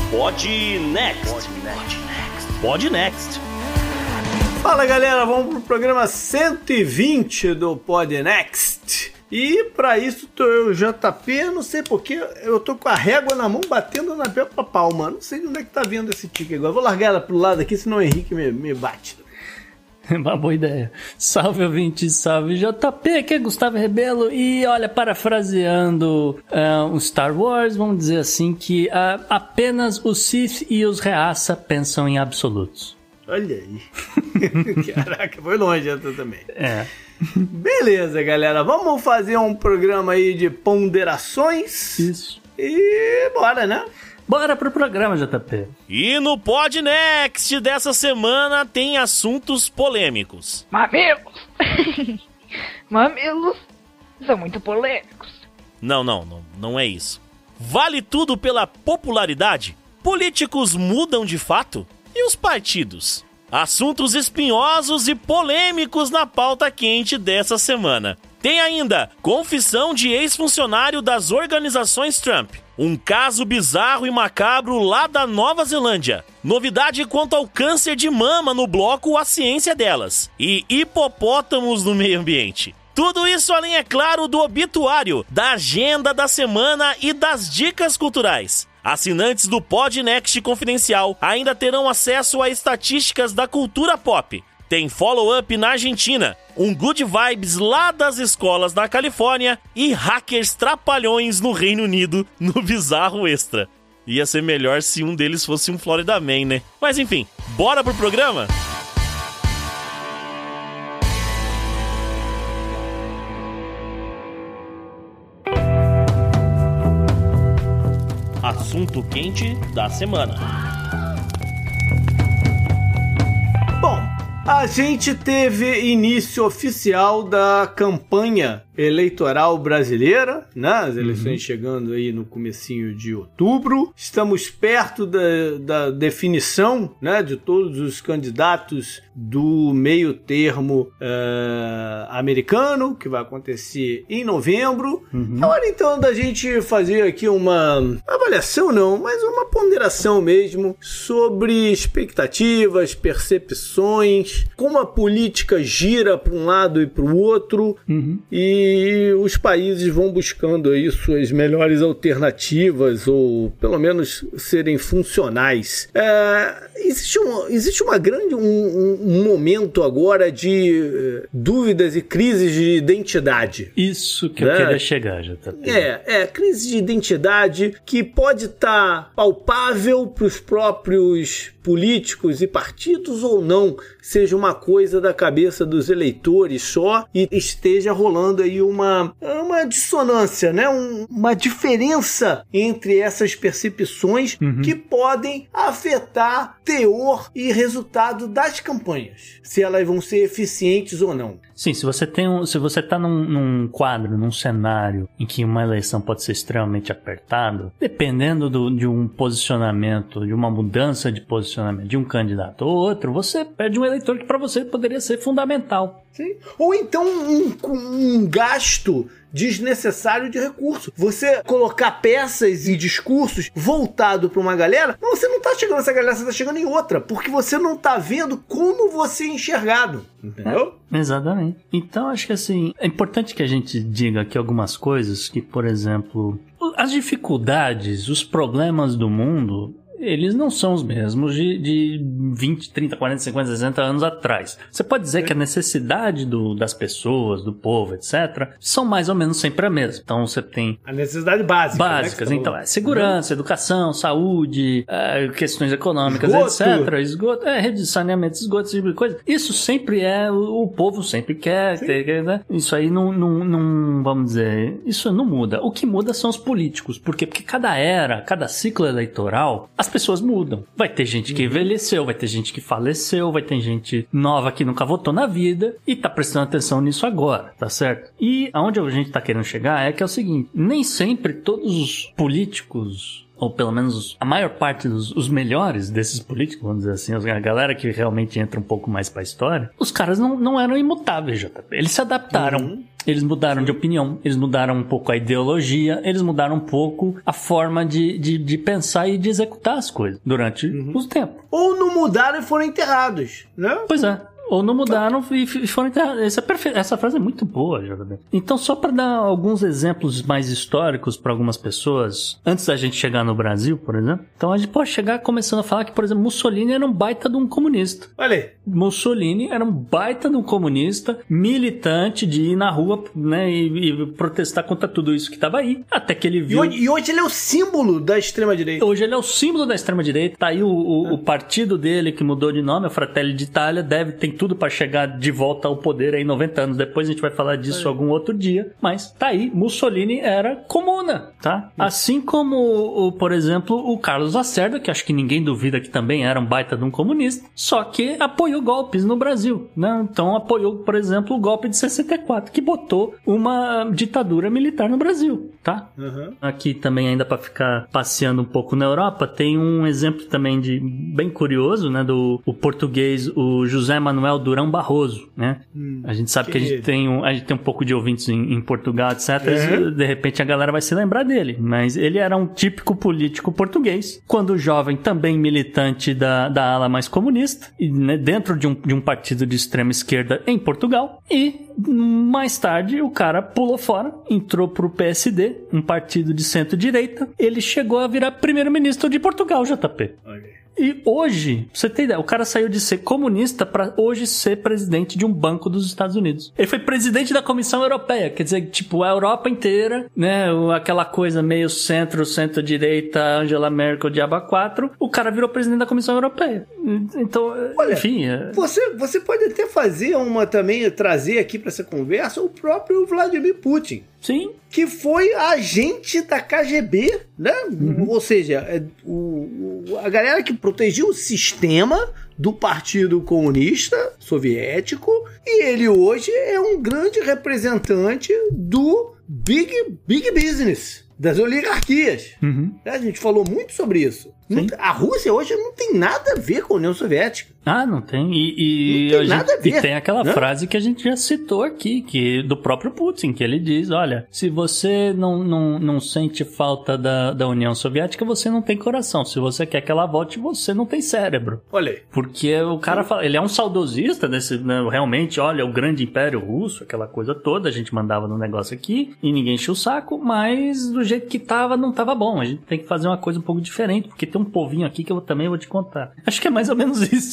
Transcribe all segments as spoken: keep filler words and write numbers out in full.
Pod Next. Pod Next. Fala galera, vamos pro programa cento e vinte do Pod Next. E pra isso tô eu, J P, não sei porquê, eu tô com a régua na mão batendo na própria palma. Não sei de onde é que tá vindo esse tique agora. Vou largar ela pro lado aqui, senão o Henrique me, me bate. Uma boa ideia. Salve, ouvinte, salve J P, aqui é Gustavo Rebelo. E olha, parafraseando uh, um Star Wars, vamos dizer assim que uh, apenas os Sith e os Reaça pensam em absolutos. Olha aí. Caraca, foi longe essa também. É. Beleza, galera. Vamos fazer um programa aí de ponderações. Isso. E bora, né? Bora pro programa, J P. E no Pod Next dessa semana tem assuntos polêmicos. Mamilos! Mamilos são muito polêmicos. Não, não, não, não é isso. Vale tudo pela popularidade? Políticos mudam de fato? E os partidos? Assuntos espinhosos e polêmicos na pauta quente dessa semana. Tem ainda confissão de ex-funcionário das organizações Trump. Um caso bizarro e macabro lá da Nova Zelândia. Novidade quanto ao câncer de mama no bloco A Ciência Delas. E hipopótamos no meio ambiente. Tudo isso além, é claro, do obituário, da agenda da semana e das dicas culturais. Assinantes do Pod Next Confidencial ainda terão acesso a estatísticas da cultura pop. Tem follow-up na Argentina, um good vibes lá das escolas na Califórnia e hackers trapalhões no Reino Unido no Bizarro Extra. Ia ser melhor se um deles fosse um Florida Man, né? Mas enfim, bora pro programa? Assunto quente da semana. Bom, a gente teve início oficial da campanha eleitoral brasileira, né? As eleições uhum. chegando aí no comecinho de outubro. Estamos perto da, da definição, né, de todos os candidatos do meio termo uh, americano, que vai acontecer em novembro. Uhum. É hora então da gente fazer aqui uma avaliação, não, mas uma ponderação mesmo sobre expectativas, percepções, como a política gira para um lado e para o outro, uhum. e E os países vão buscando aí suas melhores alternativas, ou pelo menos serem funcionais. É, existe, um, existe uma grande, um, um momento agora de uh, dúvidas e crises de identidade. Isso que né? eu queria chegar, já tá. É, é, crise de identidade que pode estar tá palpável para os próprios políticos e partidos ou não, seja uma coisa da cabeça dos eleitores só e esteja rolando aí uma, uma dissonância, né? Um, uma diferença entre essas percepções uhum. que podem afetar teor e resultado das campanhas, se elas vão ser eficientes ou não. Sim, se você tem um, se você tá num, num quadro, num cenário em que uma eleição pode ser extremamente apertada, dependendo do, de um posicionamento, de uma mudança de posicionamento de um candidato ou outro, você perde um eleitor que para você poderia ser fundamental. Sim. Ou então um, um gasto desnecessário de recurso. Você colocar peças e discursos voltado para uma galera, mas você não tá chegando nessa galera, você tá chegando em outra, porque você não tá vendo como você é enxergado, entendeu? É, exatamente. Então acho que assim, é importante que a gente diga aqui algumas coisas que, por exemplo, as dificuldades, os problemas do mundo, eles não são os mesmos de, de vinte, trinta, quarenta, cinquenta, sessenta anos atrás. Você pode dizer é. que a necessidade do, das pessoas, do povo, etcétera, são mais ou menos sempre a mesma. Então você tem... A necessidade básica. Básicas, né, então é segurança, uhum. educação, saúde, é, questões econômicas, esgoto. etcétera. Esgoto, é, rede de saneamento, esgoto, esse tipo de coisa. Isso sempre é, o, o povo sempre quer, ter, né? Isso aí não, não, não, vamos dizer, isso não muda. O que muda são os políticos. Por quê? Porque cada era, cada ciclo eleitoral, as pessoas mudam. Vai ter gente que envelheceu, vai ter gente que faleceu, vai ter gente nova que nunca votou na vida e tá prestando atenção nisso agora, tá certo? E aonde a gente tá querendo chegar é que é o seguinte, nem sempre todos os políticos, ou pelo menos a maior parte dos os melhores desses políticos, vamos dizer assim, a galera que realmente entra um pouco mais pra história, os caras não, não eram imutáveis, J P. Eles se adaptaram. Uhum. Eles mudaram de opinião, eles mudaram um pouco a ideologia, eles mudaram um pouco a forma de, de, de pensar e de executar as coisas durante uhum. os tempos. Ou não mudaram e foram enterrados, né? Pois é. Ou não mudaram e foram enterrados. Essa, é perfe... Essa frase é muito boa, J B. Então, só para dar alguns exemplos mais históricos para algumas pessoas, antes da gente chegar no Brasil, por exemplo, então a gente pode chegar começando a falar que, por exemplo, Mussolini era um baita de um comunista. Olha aí. Mussolini era um baita de um comunista, militante de ir na rua, né, e, e protestar contra tudo isso que estava aí, até que ele viu... E hoje, e hoje ele é o símbolo da extrema-direita. Hoje ele é o símbolo da extrema-direita. Tá aí o, o, é. o partido dele, que mudou de nome, a Fratelli d'Italia, deve ter tudo para chegar de volta ao poder aí noventa anos depois, a gente vai falar disso é. algum outro dia, mas tá aí, Mussolini era comuna, tá? É. Assim como, o, por exemplo, o Carlos Lacerda, que acho que ninguém duvida que também era um baita de um comunista, só que apoiou golpes no Brasil, né? Então apoiou, por exemplo, o golpe de sessenta e quatro, que botou uma ditadura militar no Brasil, tá? Uhum. Aqui também, ainda para ficar passeando um pouco na Europa, tem um exemplo também de bem curioso, né? Do o português, o José Manuel Durão Barroso, né? Hum, a gente sabe que, que a gente tem um, a gente tem um pouco de ouvintes em, em Portugal, etcétera. É. De repente a galera vai se lembrar dele, mas ele era um típico político português, quando jovem também militante da, da ala mais comunista, e, né, dentro de um, de um partido de extrema esquerda em Portugal, e mais tarde o cara pulou fora, entrou pro P S D, um partido de centro-direita, ele chegou a virar primeiro-ministro de Portugal, J P. Okay. E hoje, pra você ter ideia, o cara saiu de ser comunista pra hoje ser presidente de um banco dos Estados Unidos. Ele foi presidente da Comissão Europeia, quer dizer, tipo, a Europa inteira, né, aquela coisa meio centro, centro-direita, Angela Merkel, diaba quatro, o cara virou presidente da Comissão Europeia. Então, olha, enfim... É... Você, você pode até fazer uma também, trazer aqui pra essa conversa o próprio Vladimir Putin. Sim. Que foi agente da K G B, né? Uhum. Ou seja, é, o, o, a galera que protegia o sistema do Partido Comunista Soviético, e ele hoje é um grande representante do Big, big Business, das oligarquias. Uhum. A gente falou muito sobre isso. Sim. A Rússia hoje não tem nada a ver com a União Soviética. Ah, não tem. E, e, não tem gente, nada a ver. E tem aquela não? frase que a gente já citou aqui, que, do próprio Putin, que ele diz, olha, se você não, não, não sente falta da, da União Soviética, você não tem coração. Se você quer que ela volte, você não tem cérebro. Olha aí. Porque o cara fala, ele é um saudosista desse, né, realmente, olha, o grande Império Russo, aquela coisa toda, a gente mandava no negócio aqui e ninguém enchia o saco, mas do jeito que tava, não tava bom. A gente tem que fazer uma coisa um pouco diferente, porque tem um povinho aqui que eu também vou te contar. Acho que é mais ou menos isso.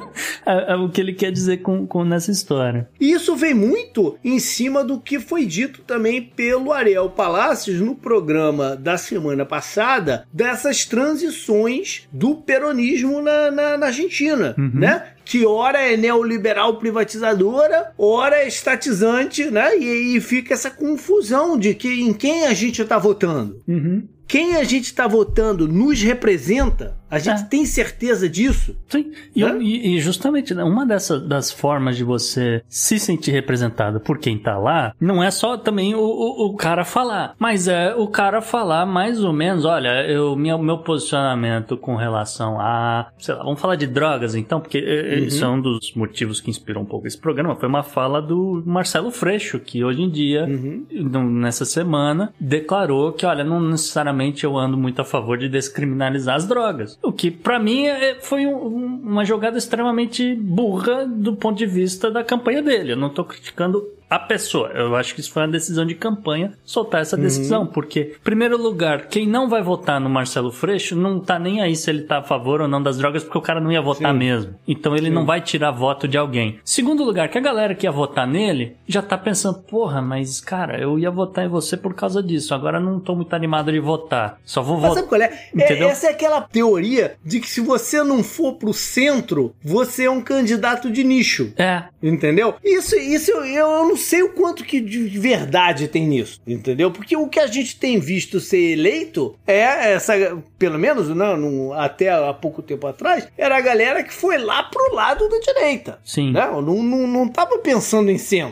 é, é o que ele quer dizer com, com nessa história. Isso vem muito em cima do que foi dito também pelo Ariel Palacios no programa da semana passada, dessas transições do peronismo na, na, na Argentina, uhum. né? Que ora é neoliberal privatizadora, ora é estatizante, né? E, e fica essa confusão de que em quem a gente está votando. Uhum. Quem a gente está votando nos representa? A gente é. tem certeza disso? Sim, e, eu, e, e justamente uma dessas das formas de você se sentir representado por quem tá lá, não é só também o, o, o cara falar, mas é o cara falar mais ou menos, olha, eu, meu, meu posicionamento com relação a, sei lá, vamos falar de drogas então, porque uhum. isso é um dos motivos que inspirou um pouco esse programa, foi uma fala do Marcelo Freixo, que hoje em dia, uhum. nessa semana, declarou que, olha, não necessariamente eu ando muito a favor de descriminalizar as drogas. O que, pra mim, foi um, uma jogada extremamente burra do ponto de vista da campanha dele. Eu não tô criticando a pessoa. Eu acho que isso foi uma decisão de campanha, soltar essa decisão, uhum. porque, em primeiro lugar, quem não vai votar no Marcelo Freixo não tá nem aí se ele tá a favor ou não das drogas, porque o cara não ia votar Sim. mesmo. Então ele Sim. não vai tirar voto de alguém. Segundo lugar, que a galera que ia votar nele já tá pensando, porra, mas, cara, eu ia votar em você por causa disso, agora não tô muito animado de votar. Só vou votar. Sabe qual é? é? Essa é aquela teoria de que se você não for pro centro, você é um candidato de nicho. É. Entendeu? Isso, isso eu, eu não sei o quanto que de verdade tem nisso, entendeu? Porque o que a gente tem visto ser eleito é essa, pelo menos não, não, até há pouco tempo atrás, era a galera que foi lá pro lado da direita. Sim. Né? Não, não, não tava pensando em centro.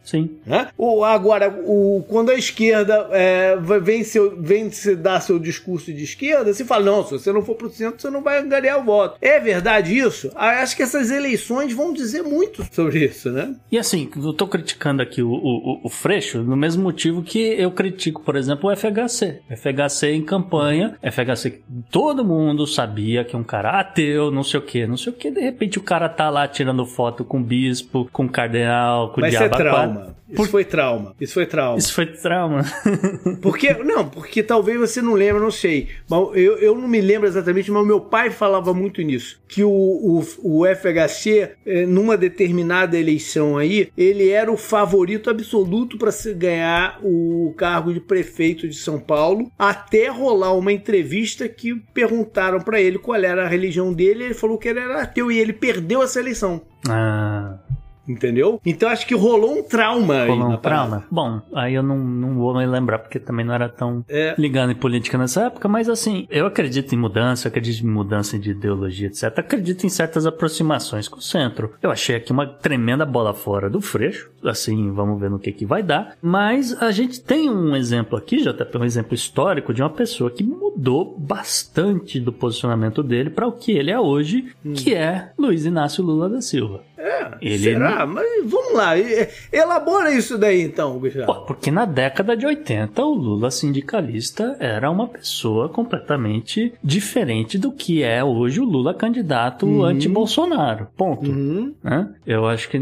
Sim. Né? O, agora, o, quando a esquerda é, vem, seu, vem se dar seu discurso de esquerda, você fala, não, se você não for pro centro, você não vai ganhar o voto. É verdade isso? Acho que essas eleições vão dizer muito sobre isso, né? E assim, eu tô criticando aqui o, o, o Freixo no mesmo motivo que eu critico, por exemplo, o F H C. F H C em campanha, F H C, todo mundo sabia que é um cara ateu, não sei o que, não sei o que, de repente o cara tá lá tirando foto com o bispo, com o cardeal, com o diabo. Mas isso é trauma. Isso Por... foi trauma. Isso foi trauma. Isso foi trauma. Porque, não, porque talvez você não lembre, não sei. Mas eu, eu não me lembro exatamente, mas o meu pai falava muito nisso. Que o, o, o F H C, numa determinada eleição aí, ele era o favorito absoluto para se ganhar o cargo de prefeito de São Paulo, até rolar uma entrevista que perguntaram para ele qual era a religião dele, ele falou que ele era ateu e ele perdeu essa eleição. Ah... Entendeu? Então acho que rolou um trauma rolou aí. um trauma? Bom, aí eu não, não vou me lembrar, porque também não era tão é. ligado em política nessa época, mas assim, eu acredito em mudança, eu acredito em mudança de ideologia, etcétera. Acredito em certas aproximações com o centro. Eu achei aqui uma tremenda bola fora do Freixo, assim, vamos ver no que que vai dar. Mas a gente tem um exemplo aqui, já tá um exemplo histórico de uma pessoa que mudou bastante do posicionamento dele para o que ele é hoje, hum. que é Luiz Inácio Lula da Silva. É, ele será? Mas vamos lá, elabora isso daí então, Gustavo. Pô, porque na década de oitenta o Lula sindicalista era uma pessoa completamente diferente do que é hoje o Lula candidato uhum. anti-Bolsonaro, ponto. Uhum. Né? Eu acho que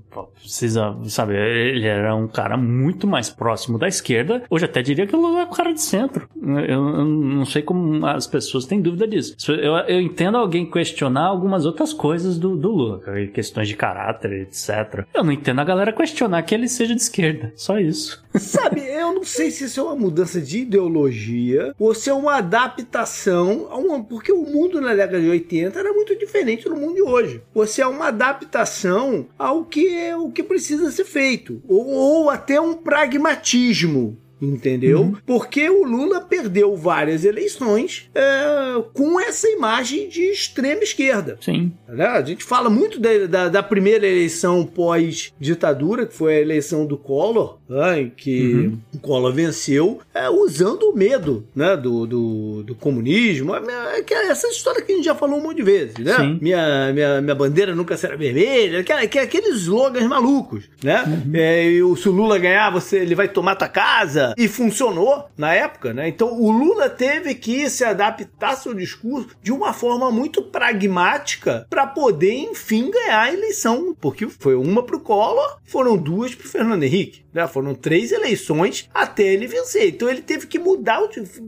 precisa saber, ele era um cara muito mais próximo da esquerda, hoje até diria que o Lula é um cara de centro. Eu, eu não sei como as pessoas têm dúvida disso. Eu, eu entendo alguém questionar algumas outras coisas do, do Lula, questões de caráter, etcétera. Eu não entendo a galera questionar que ele seja de esquerda. Só isso. Sabe, eu não sei se isso é uma mudança de ideologia ou se é uma adaptação a uma, porque o mundo na década de oitenta era muito diferente do mundo de hoje. Ou se é uma adaptação ao que, é, o que precisa ser feito. Ou, ou até um pragmatismo. Entendeu? Uhum. Porque o Lula perdeu várias eleições é, com essa imagem de extrema esquerda. Sim. Né? A gente fala muito da, da, da primeira eleição pós-ditadura, que foi a eleição do Collor, né, em que uhum. o Collor venceu é, usando o medo, né, do, do, do comunismo. É, é essa história que a gente já falou um monte de vezes. Né? Sim. Minha, minha, minha bandeira nunca será vermelha. Aquela, aqueles slogans malucos. Né? Uhum. É, e se o Lula ganhar, você, ele vai tomar tua casa. E funcionou na época, né? Então o Lula teve que se adaptar ao seu discurso de uma forma muito pragmática para poder, enfim, ganhar a eleição. Porque foi uma pro Collor, foram duas pro Fernando Henrique. Né? Foram três eleições até ele vencer. Então ele teve que mudar,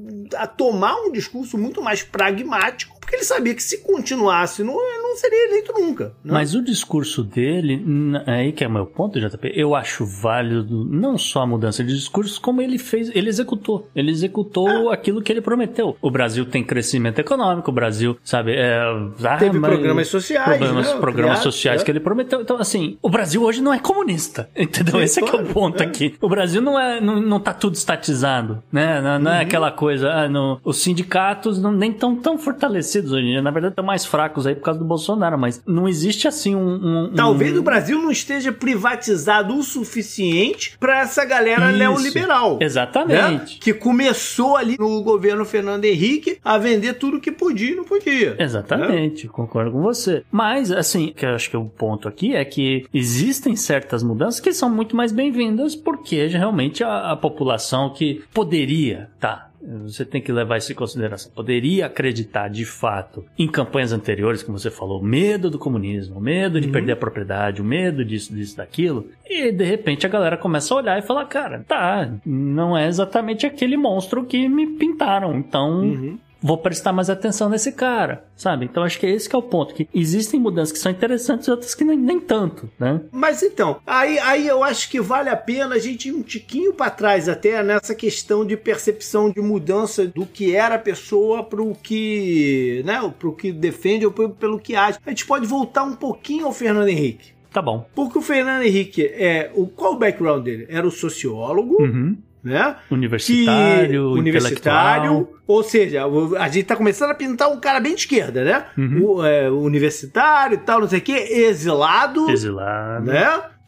a tomar um discurso muito mais pragmático, porque ele sabia que se continuasse, não, não seria eleito nunca. Né? Mas o discurso dele, aí que é o meu ponto, J P, eu acho válido não só a mudança de discurso, como ele fez, ele executou. Ele executou ah. aquilo que ele prometeu. O Brasil tem crescimento econômico, o Brasil, sabe, é, ah, teve programas sociais, programas, né? programas Criado, sociais é. que ele prometeu. Então, assim, o Brasil hoje não é comunista, entendeu? Sim, Esse claro, é que é o ponto é. aqui. O Brasil não é, não, não tá tudo estatizado, né? Não, não uhum. é aquela coisa, ah, no, os sindicatos não, nem tão, tão fortalecidos hoje em dia, na verdade estão mais fracos aí por causa do Bolsonaro, mas não existe assim um... um Talvez um... o Brasil não esteja privatizado o suficiente para essa galera Isso. neoliberal. Exatamente. Né? Que começou ali no governo Fernando Henrique a vender tudo que podia e não podia. Exatamente, né? Concordo com você. Mas, assim, que eu acho que o ponto aqui é que existem certas mudanças que são muito mais bem-vindas porque realmente a, a população que poderia, tá, você tem que levar isso em consideração. Poderia acreditar, de fato, em campanhas anteriores, como você falou, medo do comunismo, medo de uhum. perder a propriedade, o medo disso, disso, daquilo. E, de repente, a galera começa a olhar e falar, cara, tá, não é exatamente aquele monstro que me pintaram. Então... Uhum. Vou prestar mais atenção nesse cara, sabe? Então acho que esse que é o ponto, que existem mudanças que são interessantes e outras que nem, nem tanto, né? Mas então, aí, aí eu acho que vale a pena a gente ir um tiquinho para trás até nessa questão de percepção de mudança do que era a pessoa pro que, né, pro que defende ou pelo que age. A gente pode voltar um pouquinho ao Fernando Henrique. Tá bom. Porque o Fernando Henrique, é, o, qual o background dele? Era o sociólogo, uhum. né? Universitário, que, universitário, ou seja, a gente tá começando a pintar um cara bem de esquerda, né? Uhum. O, é, universitário e tal, não sei o que, exilado, exilado, né?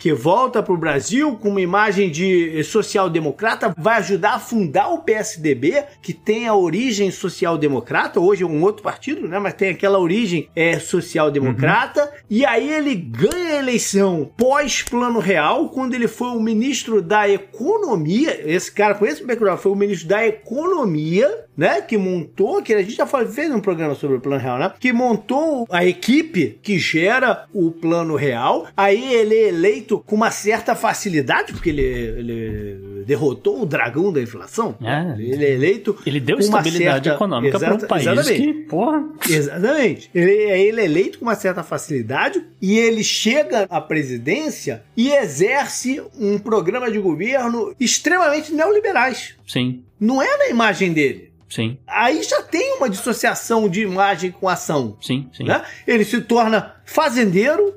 que volta pro Brasil com uma imagem de social-democrata, vai ajudar a fundar o P S D B, que tem a origem social-democrata, hoje é um outro partido, né? Mas tem aquela origem é, social-democrata, uhum. E aí ele ganha a eleição pós-Plano Real, quando ele foi o ministro da Economia, esse cara com esse background foi o ministro da Economia, né, que montou, que a gente já fez um programa sobre o Plano Real, né, que montou a equipe que gera o Plano Real, aí ele é eleito com uma certa facilidade, porque ele, ele derrotou o dragão da inflação, é. Ele é eleito ele deu com estabilidade uma certa... econômica para um país exatamente. que, porra... Exatamente. Ele, ele é eleito com uma certa facilidade e ele chega à presidência e exerce um programa de governo extremamente neoliberais. Sim. Não é na imagem dele. Sim. Aí já tem uma dissociação de imagem com ação. Sim, sim. Né? Ele se torna fazendeiro.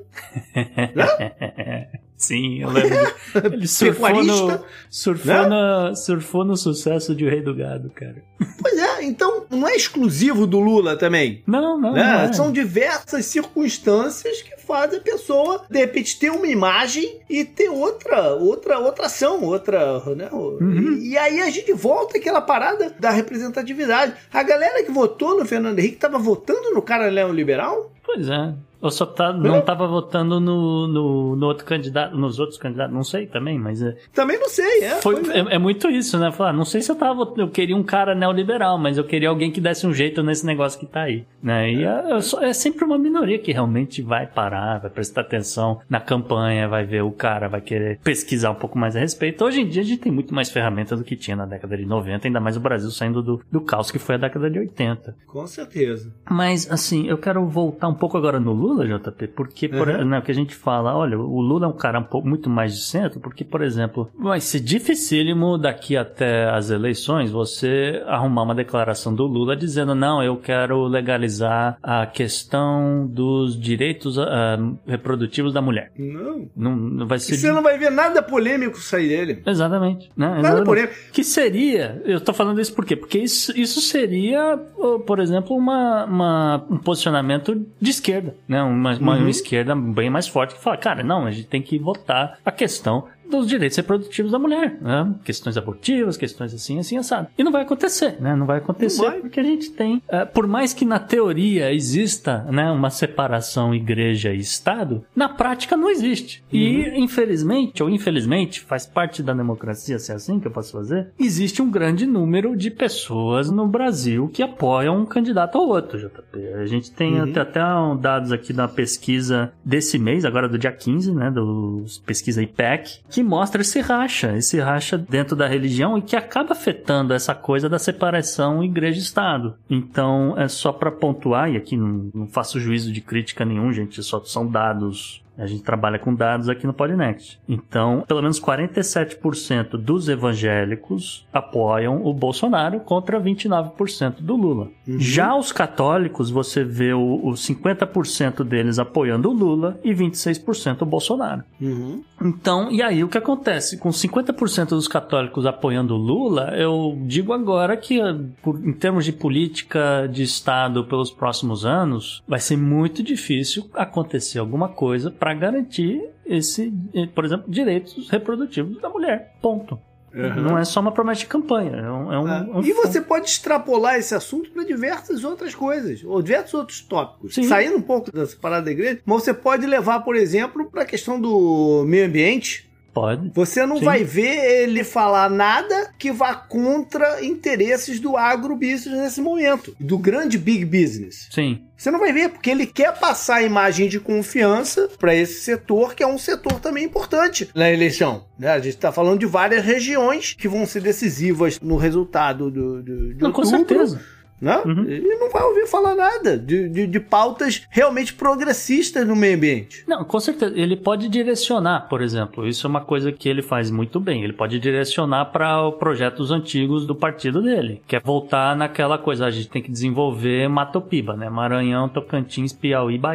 Né? Sim, eu lembro. Ele surfou, no, surfou, né? no, surfou no sucesso de O Rei do Gado, cara. Pois é, então não é exclusivo do Lula também. Não, não, né? não é. São diversas circunstâncias que fazem a pessoa, de repente, ter uma imagem e ter outra, outra, outra ação, outra, né? Uhum. E, e aí a gente volta àquela parada da representatividade. A galera que votou no Fernando Henrique estava votando no cara neoliberal? Pois é. Ou só tá, não estava votando no, no, no outro candidato, nos outros candidatos, não sei também, mas... É, também não sei, é. Foi, é, é muito isso, né? Falar, não sei se eu tava, eu queria um cara neoliberal, mas eu queria alguém que desse um jeito nesse negócio que tá aí, né? E é, é sempre uma minoria que realmente vai parar, vai prestar atenção na campanha, vai ver o cara, vai querer pesquisar um pouco mais a respeito. Hoje em dia a gente tem muito mais ferramentas do que tinha na década de noventa, ainda mais o Brasil saindo do, do caos que foi a década de oitenta. Com certeza. Mas, assim, eu quero voltar um pouco agora no Lula, J P, porque por, uhum. né, o que a gente fala, olha, o Lula é um cara um pouco, muito mais de centro, porque, por exemplo, vai ser dificílimo daqui até as eleições você arrumar uma declaração do Lula dizendo, não, eu quero legalizar a questão dos direitos uh, reprodutivos da mulher. Não. Não, não vai ser... Você não vai ver nada polêmico sair dele. Exatamente. Né? Nada Exatamente. polêmico. Que seria, eu tô falando isso por quê? Porque isso, isso seria, por exemplo, uma, uma, um posicionamento de esquerda, né? Uma, uma, uhum. uma esquerda bem mais forte que fala, cara, não, a gente tem que votar a questão dos direitos reprodutivos da mulher, né? Questões abortivas, questões assim, assim, assado. E não vai acontecer, né? Não vai acontecer não vai. Porque a gente tem, uh, por mais que na teoria exista, né, uma separação igreja e Estado, na prática não existe. Uhum. E, infelizmente, ou infelizmente, faz parte da democracia ser assim que eu posso fazer, existe um grande número de pessoas no Brasil que apoiam um candidato ou outro, J P. A gente tem uhum. até, até um dados aqui da pesquisa desse mês, agora do dia quinze, né, do pesquisa I P E C, que mostra esse racha, esse racha dentro da religião e que acaba afetando essa coisa da separação igreja-estado. Então, é só para pontuar, e aqui não, não faço juízo de crítica nenhum, gente, só são dados. A gente trabalha com dados aqui no Podnext. Então, pelo menos quarenta e sete por cento dos evangélicos apoiam o Bolsonaro contra vinte e nove por cento do Lula. Uhum. Já os católicos, você vê o, o cinquenta por cento deles apoiando o Lula e vinte e seis por cento o Bolsonaro. Uhum. Então, e aí o que acontece? Com cinquenta por cento dos católicos apoiando o Lula, eu digo agora que, por, em termos de política de Estado pelos próximos anos, vai ser muito difícil acontecer alguma coisa para garantir esse, por exemplo, direitos reprodutivos da mulher. Ponto. Uhum. Não é só uma promessa de campanha. É um, é um, ah, é um e você pode extrapolar esse assunto para diversas outras coisas, ou diversos outros tópicos. Sim. Saindo um pouco dessa parada da igreja, mas você pode levar, por exemplo, para a questão do meio ambiente. Pode. Você não Sim. vai ver ele falar nada que vá contra interesses do agrobusiness nesse momento, do grande big business. Sim. Você não vai ver, porque ele quer passar a imagem de confiança para esse setor, que é um setor também importante na eleição. Né? A gente está falando de várias regiões que vão ser decisivas no resultado do, do, de não, outubro. Com certeza. Né? Uhum. Ele não vai ouvir falar nada de, de, de pautas realmente progressistas no meio ambiente. Não, com certeza. Ele pode direcionar, por exemplo. Isso é uma coisa que ele faz muito bem. Ele pode direcionar para projetos antigos do partido dele. Que é voltar naquela coisa. A gente tem que desenvolver Matopiba, né? Maranhão, Tocantins, Piauí, Bahia.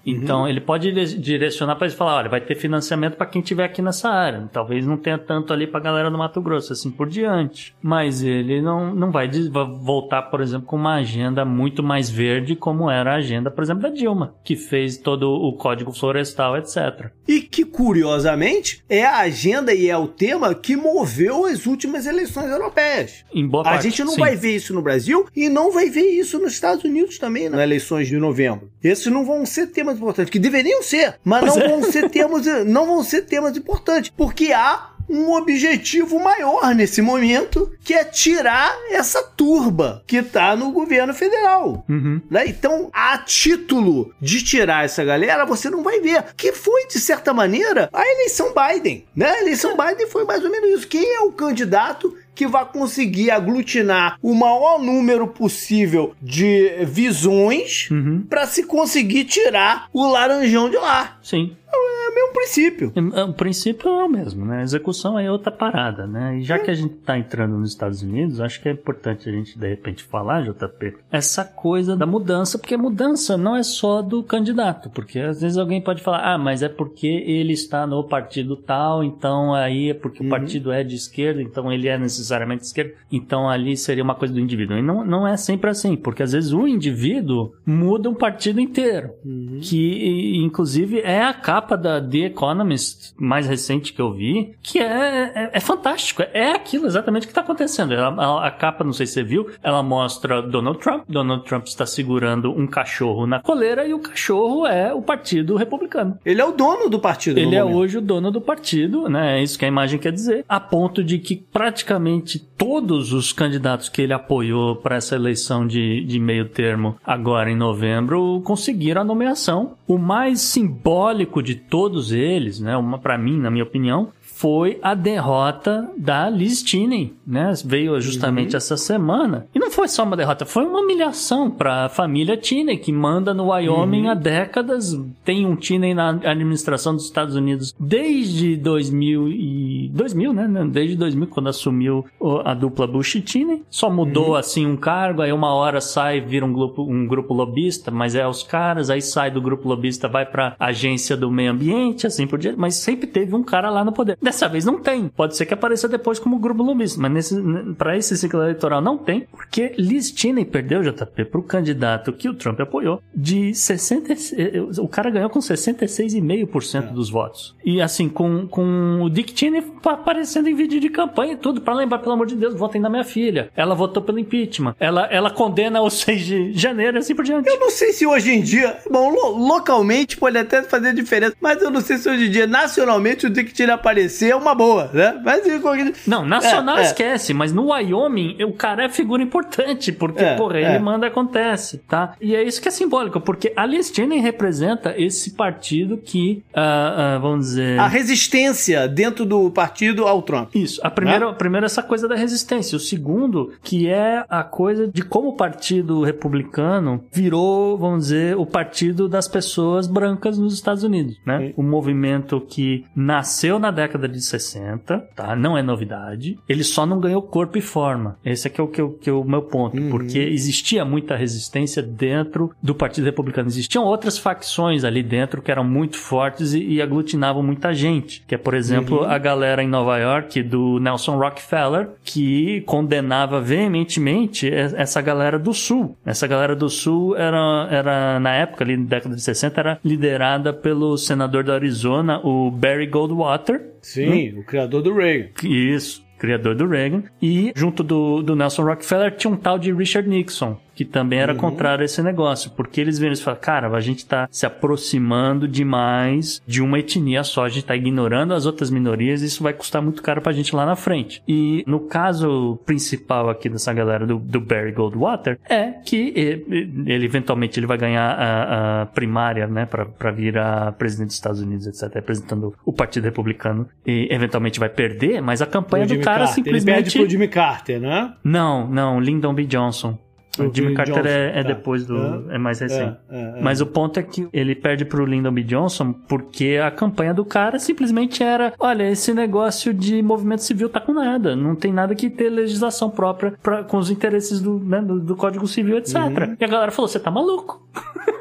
Então, uhum. ele pode direcionar para eles falar, olha, vai ter financiamento para quem estiver aqui nessa área. Talvez não tenha tanto ali para a galera do Mato Grosso, assim por diante. Mas ele não, não vai, vai voltar, por exemplo, com uma agenda muito mais verde, como era a agenda, por exemplo, da Dilma, que fez todo o Código Florestal, etcétera. E que, curiosamente, é a agenda e é o tema que moveu as últimas eleições europeias. Em boa a parte, gente não sim. vai ver isso no Brasil e não vai ver isso nos Estados Unidos também, nas eleições de novembro. Esses não vão ser temas importantes, que deveriam ser, mas não, é. vão ser temas, não vão ser temas importantes, porque há um objetivo maior nesse momento, que é tirar essa turba que tá no governo federal. Uhum. Né? Então, a título de tirar essa galera, você não vai ver. Que foi, de certa maneira, a eleição Biden. Né? A eleição Biden foi mais ou menos isso. Quem é o candidato que vai conseguir aglutinar o maior número possível de visões uhum. para se conseguir tirar o laranjão de lá? Sim. É o mesmo princípio. O princípio é o mesmo, né? A execução é outra parada, né? E já é. que a gente tá entrando nos Estados Unidos, acho que é importante a gente, de repente, falar, J P, essa coisa da mudança, porque a mudança não é só do candidato, porque às vezes alguém pode falar, ah, mas é porque ele está no partido tal, então aí é porque uhum. o partido é de esquerda, então ele é necessariamente de esquerda, então ali seria uma coisa do indivíduo. E não, não é sempre assim, porque às vezes o indivíduo muda um partido inteiro, uhum. que inclusive é a capa da The Economist mais recente que eu vi, que é, é, é fantástico, é aquilo exatamente que está acontecendo. Ela, a, a capa, não sei se você viu, ela mostra Donald Trump. Donald Trump está segurando um cachorro na coleira e o cachorro é o Partido Republicano. Ele é o dono do partido. Ele é hoje o dono do partido, né? É isso que a imagem quer dizer, a ponto de que praticamente todos os candidatos que ele apoiou para essa eleição de, de meio termo agora em novembro conseguiram a nomeação. O mais simbólico de todos eles, né, uma para mim, na minha opinião, foi a derrota da Liz Cheney, né? Veio justamente uhum. essa semana. E não foi só uma derrota, foi uma humilhação para a família Cheney, que manda no Wyoming uhum. há décadas. Tem um Cheney na administração dos Estados Unidos desde dois mil, e... dois mil, né? Desde dois mil, quando assumiu a dupla Bush e Cheney. Só mudou, uhum. assim, um cargo, aí uma hora sai, vira um grupo, um grupo lobista, mas é os caras, aí sai do grupo lobista, vai para a agência do meio ambiente, assim por diante, mas sempre teve um cara lá no poder. Dessa vez não tem. Pode ser que apareça depois como grupo lobista, mas nesse, para esse ciclo eleitoral não tem, porque Liz Cheney perdeu, J P, para o candidato que o Trump apoiou, de sessenta... O cara ganhou com sessenta e seis vírgula cinco por cento é. dos votos. E assim, com, com o Dick Cheney aparecendo em vídeo de campanha e tudo, para lembrar, pelo amor de Deus, votem na minha filha. Ela votou pelo impeachment. Ela, ela condena o seis de janeiro, assim por diante. Eu não sei se hoje em dia, bom, lo, localmente pode até fazer diferença, mas eu não sei se hoje em dia, nacionalmente, o Dick Cheney aparecer é uma boa, né? Mas, não, nacional é, esquece, é. mas no Wyoming o cara é figura importante, porque, é, porra, é. ele manda, acontece, tá? E é isso que é simbólico, porque a Liz Cheney representa esse partido que, uh, uh, vamos dizer... A resistência dentro do partido ao Trump. Isso, a primeira, né? primeira essa coisa da resistência, o segundo que é a coisa de como o partido republicano virou, vamos dizer, o partido das pessoas brancas nos Estados Unidos, né? O movimento que nasceu na década de sessenta, tá? Não é novidade. Ele só não ganhou corpo e forma. Esse é que é o, que é o, que é o meu ponto. Uhum. Porque existia muita resistência dentro do Partido Republicano. Existiam outras facções ali dentro que eram muito fortes e, e aglutinavam muita gente. Que é, por exemplo, uhum. a galera em Nova York do Nelson Rockefeller, que condenava veementemente essa galera do Sul. Essa galera do Sul era, era na época, ali na década de sessenta, era liderada pelo senador do Arizona, o Barry Goldwater. Sim, hum? o criador do Reagan. Isso, criador do Reagan. E junto do, do Nelson Rockefeller tinha um tal de Richard Nixon, que também era uhum. contrário a esse negócio, porque eles viram e falaram, cara, a gente tá se aproximando demais de uma etnia só, a gente tá ignorando as outras minorias e isso vai custar muito caro pra gente lá na frente. E no caso principal aqui dessa galera do, do Barry Goldwater, é que ele, ele eventualmente ele vai ganhar a, a primária, né, pra, pra virar presidente dos Estados Unidos, etcétera, representando o Partido Republicano, e eventualmente vai perder, mas a campanha do cara Carter. simplesmente... Ele perde pro Jimmy Carter, né? Não, não, Lyndon B. Johnson. O Jimmy Carter Johnson, é, é tá. depois do... É, é mais recente. É, é, é. Mas o ponto é que ele perde pro Lyndon B. Johnson porque a campanha do cara simplesmente era, olha, esse negócio de movimento civil tá com nada. Não tem nada que ter legislação própria pra, com os interesses do, né, do, do Código Civil, etcétera. Uhum. E a galera falou, você tá maluco?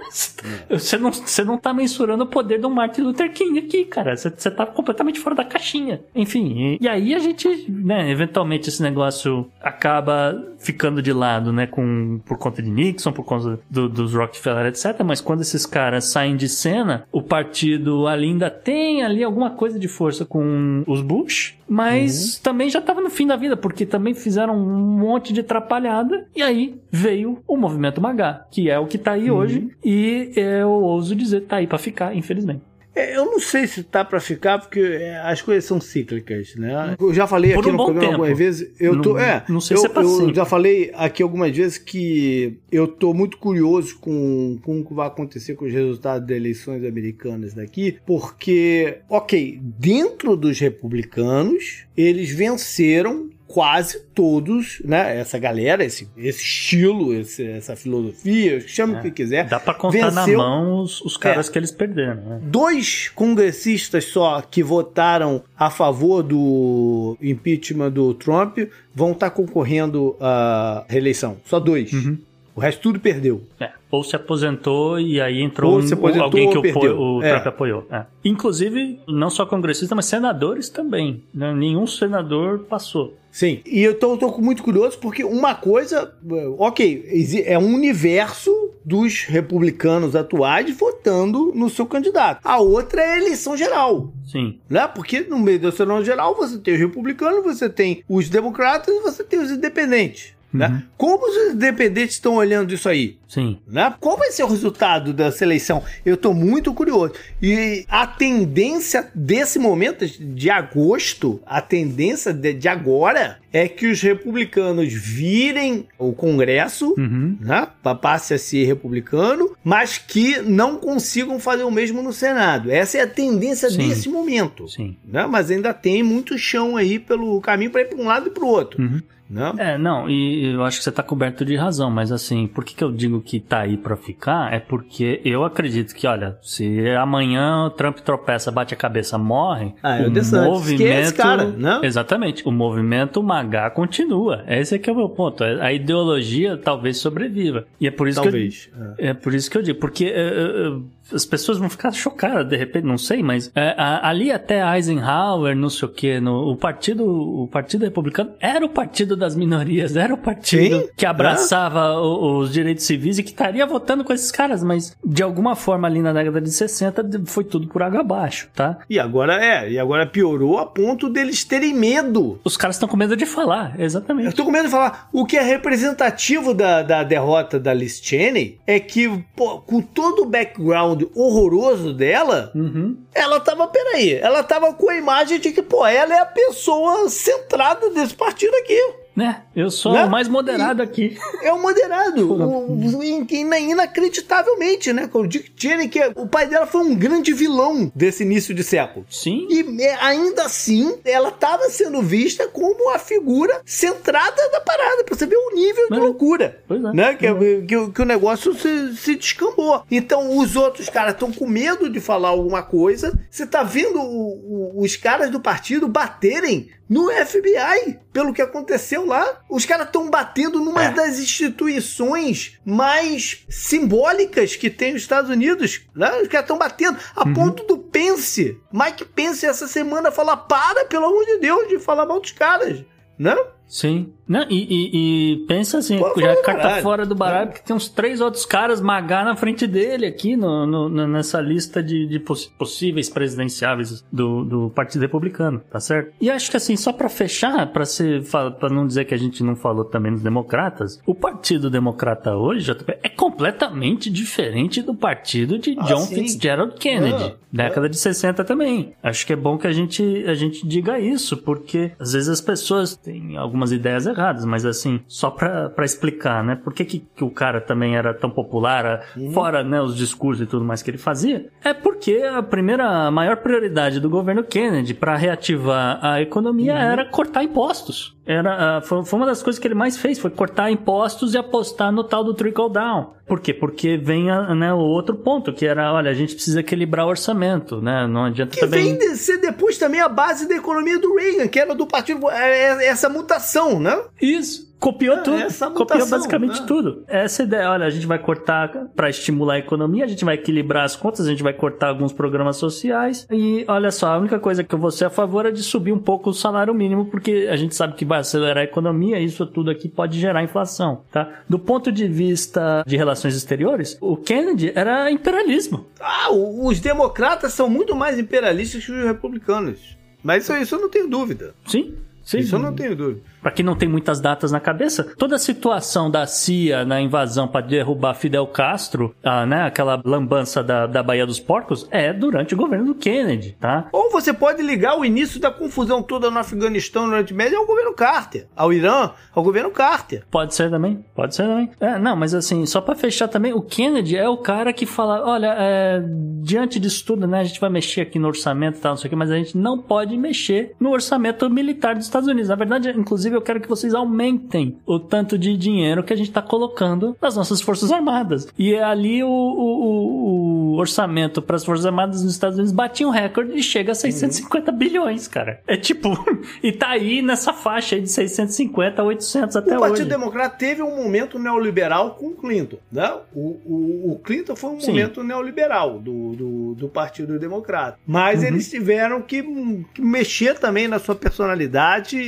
Você não, você não tá mensurando o poder do Martin Luther King aqui, cara. Você, você tá completamente fora da caixinha. Enfim, e, e aí a gente, né, eventualmente esse negócio acaba ficando de lado, né, com, por conta de Nixon, por conta do, dos Rockefeller, etcétera. Mas quando esses caras saem de cena, o partido ali ainda tem ali alguma coisa de força com os Bush, mas uhum. também já tava no fim da vida, porque também fizeram um monte de atrapalhada, e aí veio o movimento MAGA, que é o que tá aí uhum. hoje, e eu ouso dizer, tá aí pra ficar, infelizmente. É, eu não sei se tá pra ficar, porque as coisas são cíclicas, né? Eu já falei Por aqui um no programa tempo. algumas vezes. Eu não, tô, é, não sei eu, se é pra eu sempre. já falei aqui algumas vezes que eu tô muito curioso com, com o que vai acontecer com os resultados das eleições americanas daqui, porque, ok, dentro dos republicanos, eles venceram quase todos, né? Essa galera, esse, esse estilo, esse, essa filosofia, chame é, o que quiser. Dá pra contar venceu, na mão os, os caras é, que eles perderam. Né? Dois congressistas só que votaram a favor do impeachment do Trump vão estar concorrendo à reeleição. Só dois. Uhum. O resto tudo perdeu. É, ou se aposentou e aí entrou ou se aposentou, um, alguém que ou o, o é. Trump apoiou. É. Inclusive, não só congressistas, mas senadores também. Né? Nenhum senador passou. Sim, e eu tô, tô muito curioso porque uma coisa, ok, é um universo dos republicanos atuais votando no seu candidato. A outra é a eleição geral. Sim. Né? Porque no meio da eleição geral você tem os republicanos, você tem os democratas e você tem os independentes. Uhum. Né? Como os independentes estão olhando isso aí? Sim. Né? Qual vai ser o resultado dessa eleição? Eu estou muito curioso. E a tendência desse momento, de agosto, a tendência de, de agora é que os republicanos virem o Congresso, uhum. né? Passe a ser republicano, mas que não consigam fazer o mesmo no Senado. Essa é a tendência Sim. desse momento. Sim. Né? Mas ainda tem muito chão aí pelo caminho para ir para um lado e para o outro. Uhum. Não? É, não, e eu acho que você tá coberto de razão, mas assim, por que que eu digo que tá aí pra ficar? É porque eu acredito que, olha, se amanhã o Trump tropeça, bate a cabeça, morre, ah, é o DeSantis, movimento... que é esse cara, não? Exatamente, o movimento MAGA continua. Esse é que é o meu ponto, a ideologia talvez sobreviva. E é por isso talvez. que eu, é. é por isso que eu digo, porque... Uh, uh, as pessoas vão ficar chocadas, de repente, não sei, mas é, a, ali até Eisenhower, não sei o que, no, o partido o partido republicano era o partido das minorias, era o partido Sim? que abraçava é? o, os direitos civis e que estaria votando com esses caras, mas de alguma forma ali na década de sessenta foi tudo por água abaixo, tá? E agora é, e agora piorou a ponto deles terem medo. Os caras estão com medo de falar, exatamente. Eu tô com medo de falar. O que é representativo da, da derrota da Liz Cheney é que, pô, com todo o background horroroso dela, uhum. ela tava, peraí, ela tava com a imagem de que, pô, ela é a pessoa centrada desse partido aqui. Né? Eu sou né? o mais moderado e aqui. É o moderado. o, o, inacreditavelmente, né? O Dick Cheney, que o pai dela foi um grande vilão desse início de século. Sim. E ainda assim, ela estava sendo vista como a figura centrada da parada, pra você ver o nível Mas, de loucura. Pois é. Né? Que, é. que, que o negócio se, se descambou. Então, os outros caras estão com medo de falar alguma coisa. Você tá vendo o, o, os caras do partido baterem no F B I, pelo que aconteceu lá. Os caras estão batendo numa é. das instituições mais simbólicas que tem os Estados Unidos. Né? Os caras estão batendo a uhum. ponto do Pence, Mike Pence, essa semana falar, para, pelo amor de Deus, de falar mal dos caras. Né? Sim. Não, e, e, e pensa assim, Pô, já é carta baralho. fora do baralho, porque tem uns três outros caras MAGA na frente dele aqui no, no, nessa lista de, de poss- possíveis presidenciáveis do, do Partido Republicano, tá certo? E acho que assim, só pra fechar, pra, ser, pra não dizer que a gente não falou também dos democratas, o Partido Democrata hoje, J P, é completamente diferente do partido de ah, John sim. Fitzgerald Kennedy, ah, década ah. de sessenta também. Acho que é bom que a gente, a gente diga isso, porque às vezes as pessoas têm algumas ideias erradas, mas assim, só pra, pra explicar, né? Por que, que, que o cara também era tão popular, uhum. fora, né, os discursos e tudo mais que ele fazia? É porque a primeira, a maior prioridade do governo Kennedy pra reativar a economia uhum. era cortar impostos. Era, foi, foi uma das coisas que ele mais fez, foi cortar impostos e apostar no tal do trickle down. Por quê? Porque vem a, né, o outro ponto, que era, olha, a gente precisa equilibrar o orçamento, né? Não adianta que também... Que vem de ser depois também a base da economia do Reagan, que era do partido, essa mutação, né? Isso. Copiou Ah, tudo, essa copiou mutação, basicamente né? tudo. Essa ideia, olha, a gente vai cortar para estimular a economia, a gente vai equilibrar as contas, a gente vai cortar alguns programas sociais e olha só, a única coisa que eu vou ser a favor é de subir um pouco o salário mínimo, porque a gente sabe que vai acelerar a economia e isso tudo aqui pode gerar inflação, tá? Do ponto de vista de relações exteriores, o Kennedy era imperialismo. Ah, o- os democratas são muito mais imperialistas que os republicanos. Mas isso, isso eu não tenho dúvida. Sim, sim. Isso eu não tenho dúvida. Pra quem não tem muitas datas na cabeça, toda a situação da C I A na invasão para derrubar Fidel Castro, ah, né, aquela lambança da, da Baía dos Porcos, é durante o governo do Kennedy, tá? Ou você pode ligar o início da confusão toda no Afeganistão, no Oriente Médio, ao governo Carter. Ao Irã, ao governo Carter. Pode ser também, pode ser também. É, não, mas assim, só pra fechar também, o Kennedy é o cara que fala, olha, é, diante disso tudo, né, a gente vai mexer aqui no orçamento e tal, não sei o que, mas a gente não pode mexer no orçamento militar dos Estados Unidos. Na verdade, inclusive, eu quero que vocês aumentem o tanto de dinheiro que a gente tá colocando nas nossas Forças Armadas. E ali o, o, o orçamento para as Forças Armadas nos Estados Unidos batia um recorde e chega a seiscentos e cinquenta uhum. bilhões, cara. É tipo, e tá aí nessa faixa aí de seiscentos e cinquenta a oitocentos até hoje. O Partido Democrata teve um momento neoliberal com o Clinton, né? O, o, o Clinton foi um Sim. momento neoliberal do, do, do Partido Democrata. Mas uhum. eles tiveram que, que mexer também na sua personalidade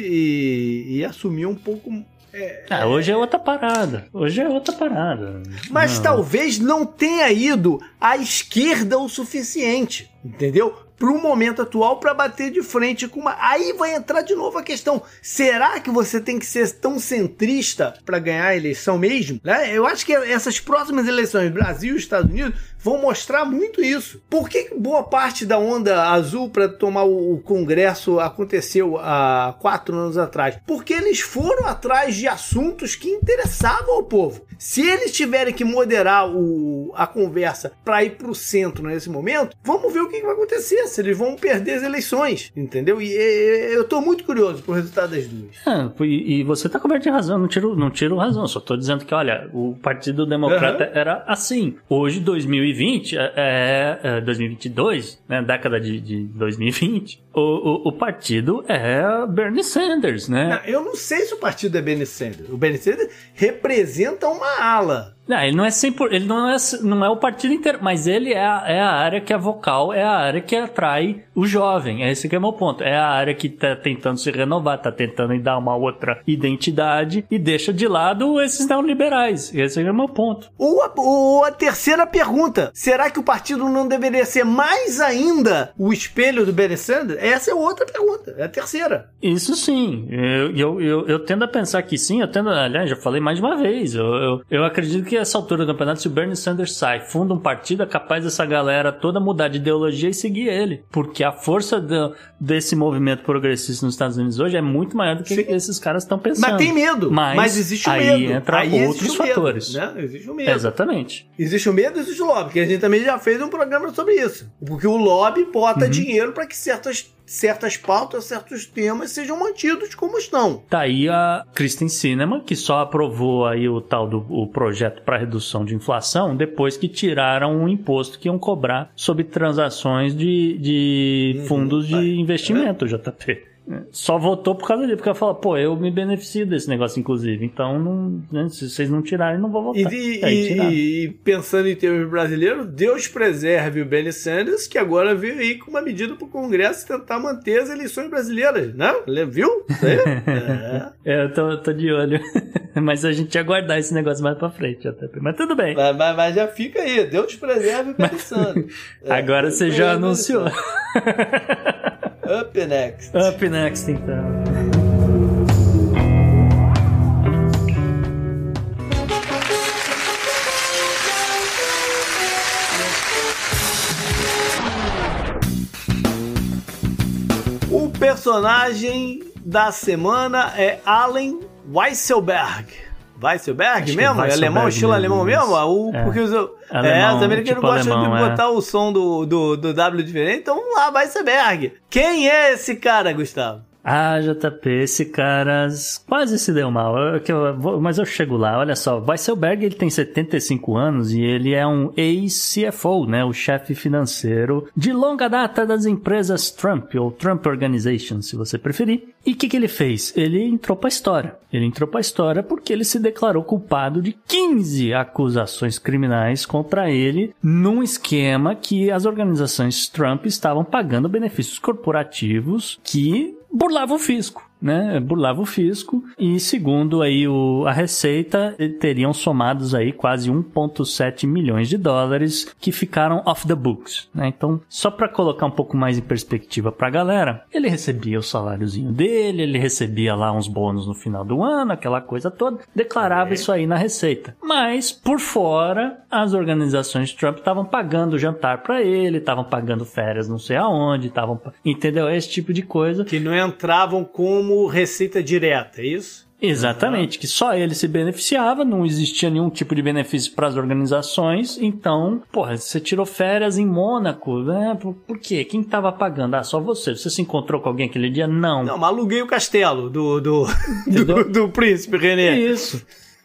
e, e assumir um pouco... É, ah, hoje é outra parada. Hoje é outra parada. Mas não. talvez não tenha ido à esquerda o suficiente, entendeu? Para o momento atual, para bater de frente com uma... Aí vai entrar de novo a questão. Será que você tem que ser tão centrista para ganhar a eleição mesmo? Né? Eu acho que essas próximas eleições, Brasil e Estados Unidos, vão mostrar muito isso. Por que boa parte da onda azul para tomar o Congresso aconteceu há quatro anos atrás? Porque eles foram atrás de assuntos que interessavam ao povo. Se eles tiverem que moderar o, a conversa para ir para o centro nesse momento, vamos ver o que vai acontecer, se eles vão perder as eleições, entendeu? E, e eu estou muito curioso pro resultado das duas. É, e, e você está coberto de razão, não tiro, não tiro razão, só estou dizendo que, olha, o Partido Democrata uhum. era assim. Hoje, dois mil e vinte, é, é dois mil e vinte e dois, né, década de, de dois mil e vinte, o, o, o partido é Bernie Sanders, né? Não, eu não sei se o partido é Bernie Sanders. O Bernie Sanders representa uma ala. Não, ele não é cem por cento, ele não é, não é o partido inteiro, mas ele é a, é a área que é vocal, é a área que atrai o jovem. Esse que é o meu ponto. É a área que tá tentando se renovar, tá tentando dar uma outra identidade e deixa de lado esses neoliberais. Esse é o meu ponto. Ou a, ou a terceira pergunta, será que o partido não deveria ser mais ainda o espelho do Bernie Sanders? Essa é outra pergunta, é a terceira. Isso sim, eu, eu, eu, eu tendo a pensar que sim, eu tendo, aliás, já falei mais de uma vez, eu, eu, eu acredito que essa altura do campeonato, se o Bernie Sanders sai, funda um partido, é capaz dessa galera toda mudar de ideologia e seguir ele. Porque a força do, desse movimento progressista nos Estados Unidos hoje é muito maior do que Sim. esses caras estão pensando. Mas tem medo. Mas, mas existe o aí medo. Entra aí outros fatores. Medo, né? Existe o medo. Exatamente. Existe o medo e existe o lobby. Porque a gente também já fez um programa sobre isso. Porque o lobby bota uhum. dinheiro para que certas... certas pautas, certos temas sejam mantidos como estão. Tá aí a Kristen Sinema, que só aprovou aí o tal do o projeto para redução de inflação depois que tiraram o imposto que iam cobrar sobre transações de, de uhum, fundos de vai. investimento, é. J P. Só votou por causa disso, porque ela fala, pô, eu me beneficio desse negócio, inclusive, então não, né, se vocês não tirarem, não vou votar. E, e, e pensando em termos brasileiros, Deus preserve o Bernie Sanders, que agora veio aí com uma medida para o Congresso tentar manter as eleições brasileiras, né? Viu? É. é, eu tô, tô de olho. Mas a gente ia guardar esse negócio mais pra frente, até. Mas tudo bem. Mas, mas, mas já fica aí, Deus preserve o Bernie Sanders. É, agora você já anunciou. Up next. Up next, então. O personagem da semana é Allen Weisselberg. Weisselberg Acho mesmo? É alemão, estilo alemão mesmo? O, é. Porque os, alemão, é, os americanos tipo gostam alemão, de é. botar o som do, do, do W diferente, então vamos lá, Weisselberg. Quem é esse cara, Gustavo? Ah, J P, esse cara quase se deu mal, eu, eu vou, mas eu chego lá, olha só, Weisselberg ele tem setenta e cinco anos e ele é um ex-C F O, né, o chefe financeiro de longa data das empresas Trump, ou Trump Organization, se você preferir. E o que, que ele fez? Ele entrou pra história. Ele entrou pra história porque ele se declarou culpado de quinze acusações criminais contra ele num esquema que as organizações Trump estavam pagando benefícios corporativos que burlava o fisco, né? Burlava o fisco e, segundo aí o, a Receita, teriam somados aí quase um vírgula sete milhões de dólares que ficaram off the books, né? Então, só para colocar um pouco mais em perspectiva pra galera, ele recebia o saláriozinho dele, ele recebia lá uns bônus no final do ano, aquela coisa toda, declarava é. isso aí na Receita. Mas, por fora, as organizações Trump estavam pagando jantar pra ele, estavam pagando férias não sei aonde, estavam, entendeu? Esse tipo de coisa. Que não entravam como receita direta, é isso? Exatamente, uhum. Que só ele se beneficiava, não existia nenhum tipo de benefício para as organizações, então, porra, você tirou férias em Mônaco, né? Por, por quê? Quem tava pagando? Ah, só você. Você se encontrou com alguém aquele dia? Não. Não, mas aluguei o castelo do, do, do, do príncipe René. Isso.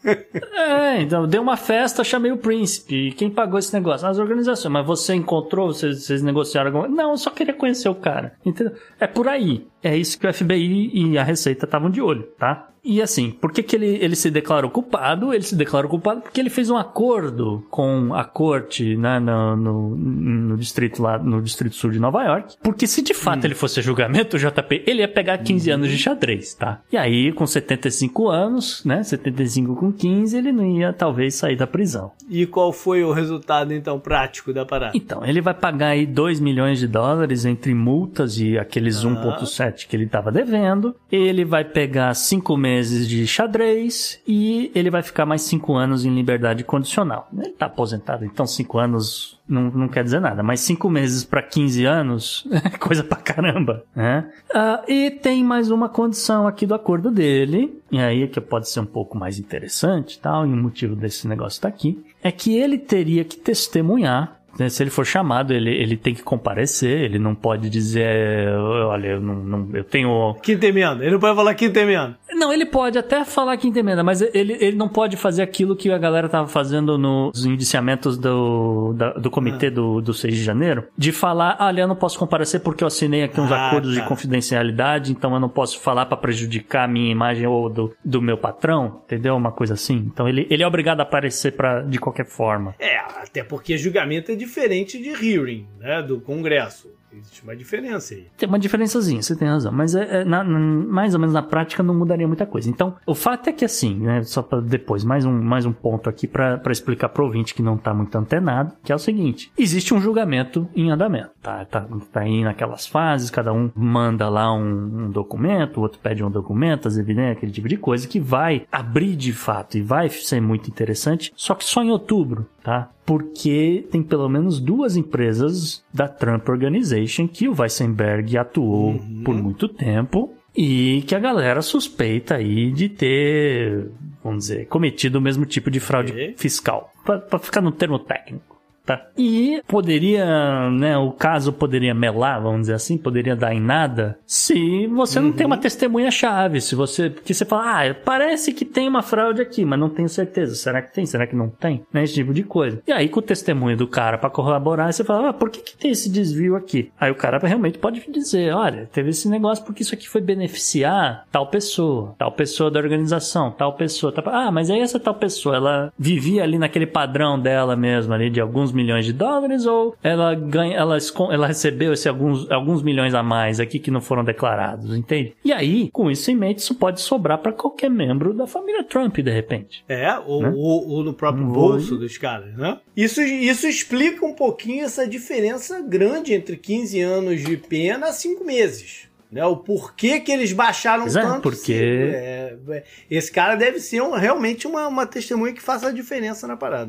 É, então, dei uma festa, chamei o príncipe. Quem pagou esse negócio? As organizações. Mas você encontrou, vocês, vocês negociaram alguma coisa? Não, eu só queria conhecer o cara. Entendeu? É por aí. É isso que o F B I e a Receita estavam de olho, tá? E assim, por que que ele, ele se declarou culpado? Ele se declarou culpado porque ele fez um acordo com a corte, né, no, no, no distrito lá, no Distrito Sul de Nova York. Porque se de fato hum. ele fosse a julgamento, o J P, ele ia pegar quinze hum. anos de xadrez, tá? E aí, com setenta e cinco anos, né, setenta e cinco com quinze, ele não ia talvez sair da prisão. E qual foi o resultado, então, prático da parada? Então, ele vai pagar aí dois milhões de dólares entre multas e aqueles ah. um vírgula sete que ele estava devendo. Ele vai pegar cinco meses de xadrez e ele vai ficar mais cinco anos em liberdade condicional. Ele tá aposentado, então cinco anos não, não quer dizer nada, mas cinco meses para quinze anos é coisa pra caramba, né? Ah, e tem mais uma condição aqui do acordo dele, e aí que pode ser um pouco mais interessante, tal, e o motivo desse negócio tá aqui, é que ele teria que testemunhar. Se ele for chamado, ele, ele tem que comparecer, ele não pode dizer, olha, eu não, não eu tenho... Quinta emenda, ele não pode falar quinta emenda. Não, ele pode até falar quinta emenda, mas ele, ele não pode fazer aquilo que a galera tava fazendo nos indiciamentos do, da, do comitê ah. do, do seis de janeiro, de falar, olha, eu não posso comparecer porque eu assinei aqui uns ah, acordos tá. de confidencialidade, então eu não posso falar pra prejudicar a minha imagem ou do, do meu patrão, entendeu? Uma coisa assim. Então ele, ele é obrigado a aparecer pra, de qualquer forma. É, até porque julgamento é diferente de hearing, né, do Congresso. Existe uma diferença aí. Tem uma diferençazinha, você tem razão. Mas é, é na, na, mais ou menos na prática não mudaria muita coisa. Então, o fato é que assim, né, só para depois, mais um, mais um ponto aqui para explicar pro ouvinte que não tá muito antenado, que é o seguinte: existe um julgamento em andamento, tá? Tá, tá aí naquelas fases, cada um manda lá um, um documento, o outro pede um documento, as evidências, aquele tipo de coisa que vai abrir de fato e vai ser muito interessante, só que só em outubro, tá? Porque tem pelo menos duas empresas da Trump Organization que o Weisselberg atuou uhum. por muito tempo e que a galera suspeita aí de ter, vamos dizer, cometido o mesmo tipo de fraude okay. fiscal, para ficar no termo técnico. Tá. E poderia, né, o caso poderia melar, vamos dizer assim, poderia dar em nada se você uhum. não tem uma testemunha-chave, se você, porque você fala, ah, parece que tem uma fraude aqui, mas não tenho certeza, será que tem, será que não tem, né, esse tipo de coisa. E aí com o testemunho do cara pra corroborar, você fala, ah, por que que tem esse desvio aqui? Aí o cara realmente pode dizer, olha, teve esse negócio porque isso aqui foi beneficiar tal pessoa, tal pessoa da organização, tal pessoa, tal... ah, mas aí essa tal pessoa, ela vivia ali naquele padrão dela mesma ali, de alguns milhões de dólares, ou ela ganha, ela, ela recebeu esse alguns, alguns milhões a mais aqui que não foram declarados, entende? E aí, com isso em mente, isso pode sobrar para qualquer membro da família Trump, de repente. É, ou, né? ou, ou no próprio bolso dos caras, né? Isso, isso explica um pouquinho essa diferença grande entre quinze anos de pena a cinco meses. Né, o porquê que eles baixaram Mas tanto. É, porque... É, esse cara deve ser um, realmente uma, uma testemunha que faça a diferença na parada.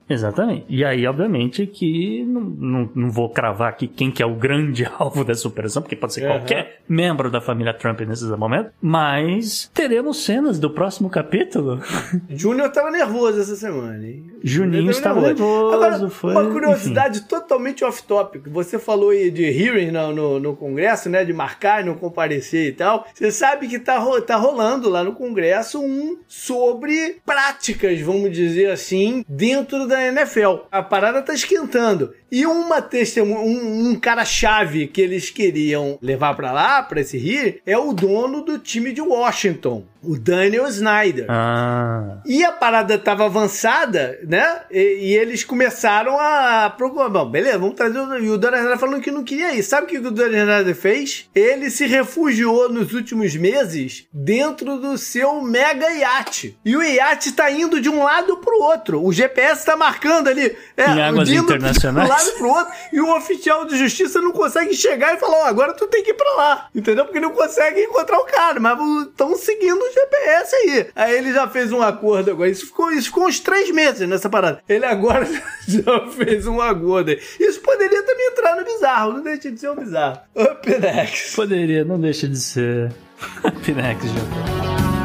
Exatamente. E aí, obviamente, que não, não, não vou cravar aqui quem que é o grande alvo dessa operação, porque pode ser uhum. qualquer membro da família Trump nesse momento, mas teremos cenas do próximo capítulo. Júnior tava nervoso essa semana, hein? Juninho estava nervoso. Agora, foi, uma curiosidade enfim. totalmente off-topic. Você falou aí de hearing no, no, no Congresso, né? De marcar e não comparecer e tal. Você sabe que tá, tá rolando lá no Congresso um sobre práticas, vamos dizer assim, dentro da N F L. A parada tá esquentando. E uma testemunha, um, um cara-chave que eles queriam levar pra lá, pra esse hearing, é o dono do time de Washington, o Daniel Snyder. Ah. E a parada tava avançada, né? E, e eles começaram a procurar. Bom, beleza, vamos trazer o... E o Daniel Snyder falando que não queria ir. Sabe o que o Daniel Snyder fez? Ele se refugiou nos últimos meses dentro do seu mega iate. E o iate tá indo de um lado pro outro. O G P S tá marcando ali. É, em águas internacionais. De um lado pro outro. E o oficial de justiça não consegue chegar e falar, ó, oh, agora tu tem que ir pra lá. Entendeu? Porque não consegue encontrar o cara. Mas estão seguindo o G P S aí. Aí ele já fez um acordo agora. Isso ficou, isso ficou uns três meses nessa parada. Ele agora já fez um acordo aí. Isso poderia também entrar no bizarro. Não deixa de ser um bizarro. Up next. Poderia, não deixa de ser. Up next, já.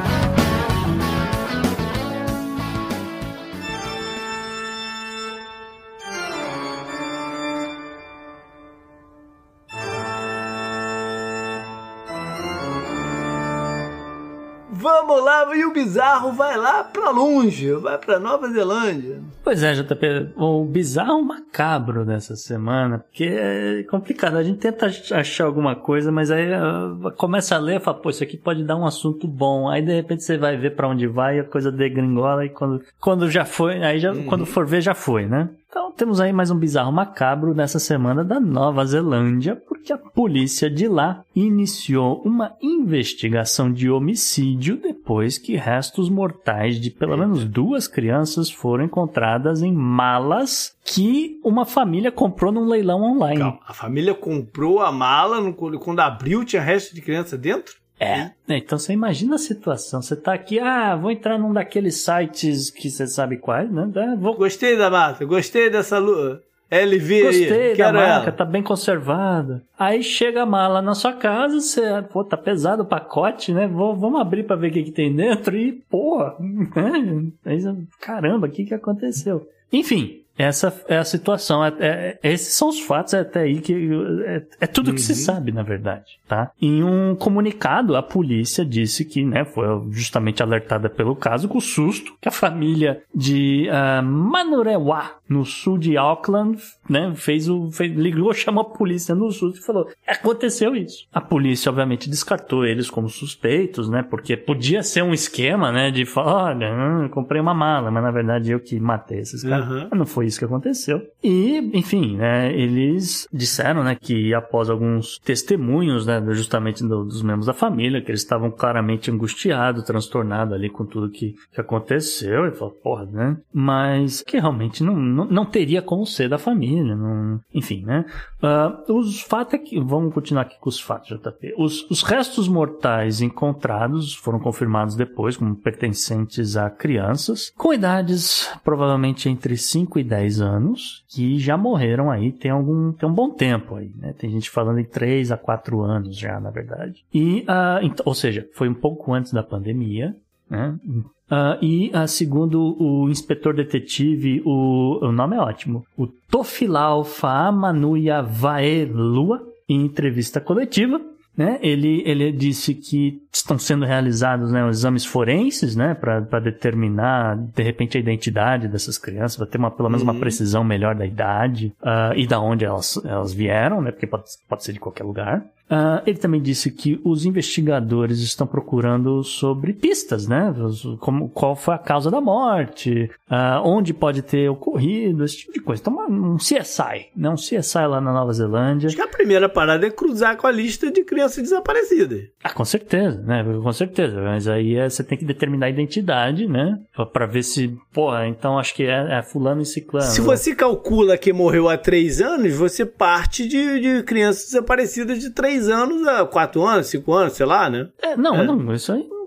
Vamos lá, e o bizarro vai lá pra longe, vai pra Nova Zelândia. Pois é, J P, o bizarro macabro dessa semana, porque é complicado, a gente tenta achar alguma coisa, mas aí uh, começa a ler e fala, pô, isso aqui pode dar um assunto bom, aí de repente você vai ver pra onde vai e a coisa degringola e quando, quando já foi, aí já, uhum. quando for ver já foi, né? Então temos aí mais um bizarro macabro nessa semana da Nova Zelândia, porque a polícia de lá iniciou uma investigação de homicídio depois que restos mortais de pelo menos duas crianças foram encontradas em malas que uma família comprou num leilão online. Calma, a família comprou a mala, no, quando abriu tinha resto de criança dentro? É, então você imagina a situação, você tá aqui, ah, vou entrar num daqueles sites que você sabe quais, né? Vou... Gostei da marca, gostei dessa lua. L V Gostei aí, da quero marca, ela. Tá bem conservada. Aí chega a mala na sua casa, você, pô, tá pesado o pacote, né? Vou, vamos abrir pra ver o que, que tem dentro e, porra, né? Caramba, o que que aconteceu? Enfim, essa é a situação, é, é, esses são os fatos, é até aí que é, é tudo que uhum. se sabe, na verdade, tá? Em um comunicado, a polícia disse que, né, foi justamente alertada pelo caso, com o susto que a família de uh, Manurewa, no sul de Auckland, né, fez o, fez, ligou, chamou a polícia no susto e falou, aconteceu isso. A polícia, obviamente, descartou eles como suspeitos, né, porque podia ser um esquema, né, de falar, olha, hum, comprei uma mala, mas na verdade eu que matei esses caras. Uhum. Mas não foi isso que aconteceu. E, enfim, né, eles disseram, né, que após alguns testemunhos, né, justamente do, dos membros da família, que eles estavam claramente angustiados, transtornados ali com tudo que, que aconteceu, e falou, porra, né, mas que realmente não, não, não teria como ser da família, não, enfim, né. Uh, os fatos é que, vamos continuar aqui com os fatos, J P. Os, os restos mortais encontrados foram confirmados depois como pertencentes a crianças, com idades provavelmente entre cinco e dez anos, que já morreram aí tem algum tem um bom tempo aí, né? Tem gente falando em três a quatro anos já, na verdade. E, uh, ent- ou seja, foi um pouco antes da pandemia, né? Uh, e, uh, segundo o inspetor detetive, o, o nome é ótimo, o Tofilau Faamanuia Vaelua, em entrevista coletiva, né? Ele, ele disse que estão sendo realizados, né, os exames forenses, né, para determinar, de repente, a identidade dessas crianças, para ter uma, pelo menos uhum. uma precisão melhor da idade uh, e da onde elas, elas vieram, né, porque pode, pode ser de qualquer lugar. Uh, ele também disse que os investigadores estão procurando sobre pistas, né? Como, qual foi a causa da morte, uh, onde pode ter ocorrido, esse tipo de coisa. Então, um C S I, né? Um C S I lá na Nova Zelândia. Acho que a primeira parada é cruzar com a lista de crianças desaparecidas. Ah, com certeza, né? Com certeza. Mas aí é, você tem que determinar a identidade, né? Pra, pra ver se, porra, então acho que é, é fulano e ciclano. Se você calcula que morreu há três anos, você parte de, de crianças desaparecidas de três anos a quatro anos, cinco anos, sei lá, né? É, não, é. não, isso aí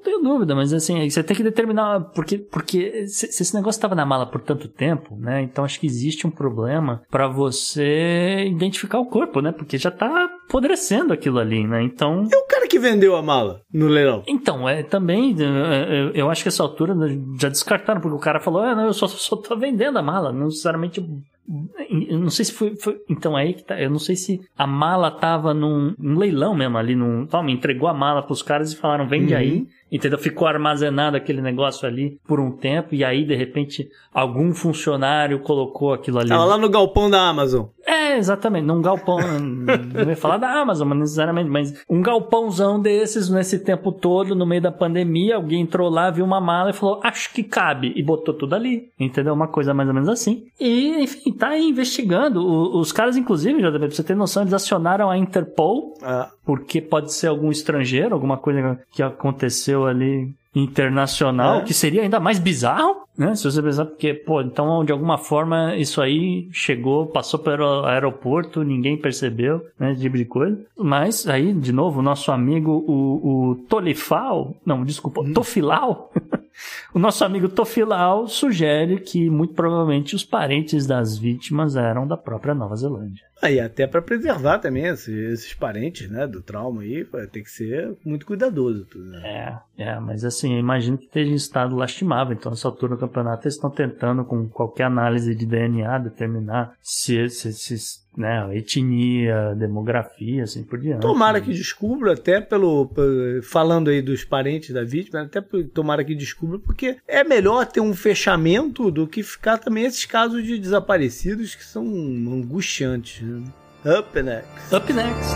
tenho dúvida, mas assim, você tem que determinar, porque, porque se, se esse negócio estava na mala por tanto tempo, né, então acho que existe um problema para você identificar o corpo, né, porque já tá apodrecendo aquilo ali, né, então... É o cara que vendeu a mala no leilão. Então, é, também, eu, eu acho que essa altura já descartaram, porque o cara falou, ah, não, eu só, só tô vendendo a mala, não necessariamente... Eu não sei se foi, foi... Então, aí que tá. Eu não sei se a mala tava num, num leilão mesmo ali. Num, toma, entregou a mala pros caras e falaram, vende uhum. aí. Entendeu? Ficou armazenado aquele negócio ali por um tempo. E aí, de repente, algum funcionário colocou aquilo ali. Tava lá no galpão da Amazon. É, exatamente. Num galpão. Não ia falar da Amazon, mas necessariamente. Mas um galpãozão desses, nesse tempo todo, no meio da pandemia, alguém entrou lá, viu uma mala e falou, acho que cabe. E botou tudo ali. Entendeu? Uma coisa mais ou menos assim. E, enfim, tá aí investigando. O, os caras, inclusive, já pra você ter noção, eles acionaram a Interpol, ah. porque pode ser algum estrangeiro, alguma coisa que aconteceu ali internacional, é. que seria ainda mais bizarro, né? Se você pensar, porque, pô, então, de alguma forma, isso aí chegou, passou pelo aeroporto, ninguém percebeu, né? Esse tipo de coisa. Mas, aí, de novo, o nosso amigo, o, o Tolifal, não, desculpa, hum. Tofilau, o nosso amigo Tofilau sugere que, muito provavelmente, os parentes das vítimas eram da própria Nova Zelândia. Aí, até para preservar também esses, esses parentes, né, do trauma aí, tem que ser muito cuidadoso. Tudo, né? É, é, mas assim, eu imagino que esteja em estado lastimável, então nessa altura do campeonato eles estão tentando, com qualquer análise de D N A, determinar se, se, se né, etnia, demografia, assim por diante. Tomara né? que descubra, até pelo, falando aí dos parentes da vítima, até tomara que descubra, porque é melhor ter um fechamento do que ficar também esses casos de desaparecidos que são angustiantes, né? Up next. Up next.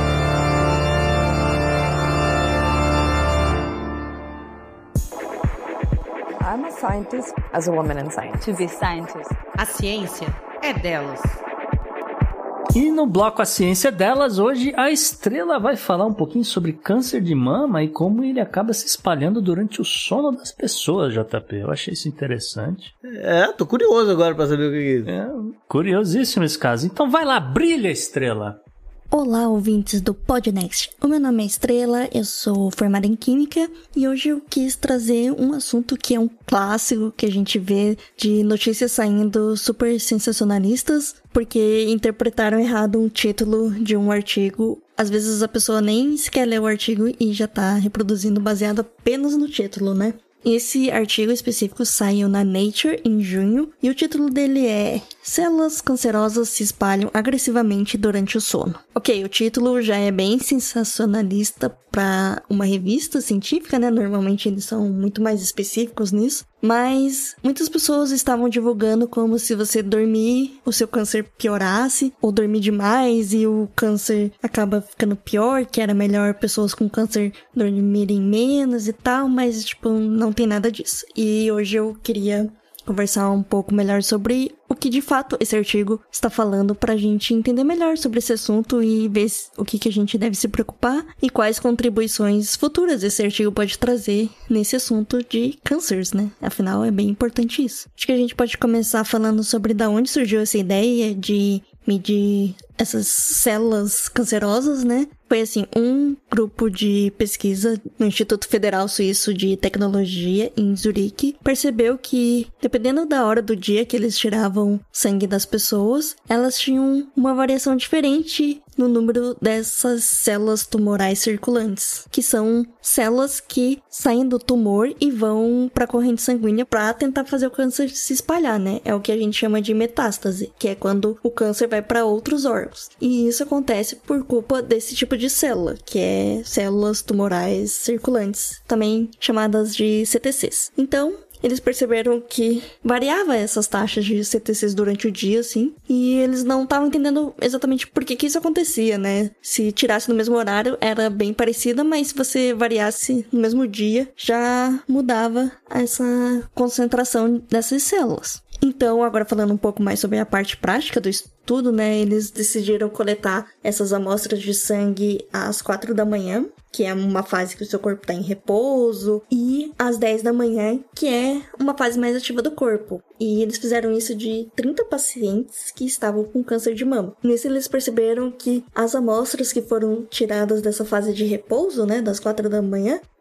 I'm a scientist as a woman in science. To be scientist. A ciência é delas. E no bloco A Ciência Delas, hoje a Estrela vai falar um pouquinho sobre câncer de mama e como ele acaba se espalhando durante o sono das pessoas, J P. Eu achei isso interessante. É, tô curioso agora pra saber o que é isso. É, curiosíssimo esse caso. Então vai lá, brilha, Estrela! Olá, ouvintes do Podnext. O meu nome é Estrela, eu sou formada em Química e hoje eu quis trazer um assunto que é um clássico que a gente vê de notícias saindo super sensacionalistas porque interpretaram errado um título de um artigo. Às vezes a pessoa nem sequer lê o artigo e já tá reproduzindo baseado apenas no título, né? Esse artigo específico saiu na Nature em junho e o título dele é Células cancerosas se espalham agressivamente durante o sono. Ok, o título já é bem sensacionalista para uma revista científica, né? Normalmente eles são muito mais específicos nisso. Mas muitas pessoas estavam divulgando como se você dormir, o seu câncer piorasse, ou dormir demais e o câncer acaba ficando pior, que era melhor pessoas com câncer dormirem menos e tal, mas tipo, não tem nada disso. E hoje eu queria conversar um pouco melhor sobre o que de fato esse artigo está falando pra gente entender melhor sobre esse assunto e ver o que, que a gente deve se preocupar e quais contribuições futuras esse artigo pode trazer nesse assunto de cânceres, né? Afinal, é bem importante isso. Acho que a gente pode começar falando sobre da onde surgiu essa ideia de medir essas células cancerosas, né? Foi assim, um grupo de pesquisa no Instituto Federal Suíço de Tecnologia, em Zurique, percebeu que, dependendo da hora do dia que eles tiravam sangue das pessoas, elas tinham uma variação diferente no número dessas células tumorais circulantes, que são células que saem do tumor e vão para a corrente sanguínea para tentar fazer o câncer se espalhar, né? É o que a gente chama de metástase, que é quando o câncer vai para outros órgãos. E isso acontece por culpa desse tipo de célula, que é células tumorais circulantes, também chamadas de C T Cs. Então, eles perceberam que variava essas taxas de C T Cs durante o dia, assim, e eles não estavam entendendo exatamente por que que isso acontecia, né? Se tirasse no mesmo horário, era bem parecida, mas se você variasse no mesmo dia, já mudava essa concentração dessas células. Então, agora falando um pouco mais sobre a parte prática do estudo, né? Eles decidiram coletar essas amostras de sangue às quatro da manhã, que é uma fase que o seu corpo está em repouso, e às dez da manhã, que é uma fase mais ativa do corpo. E eles fizeram isso de trinta pacientes que estavam com câncer de mama. Nisso eles perceberam que as amostras que foram tiradas dessa fase de repouso, né, das quatro da manhã,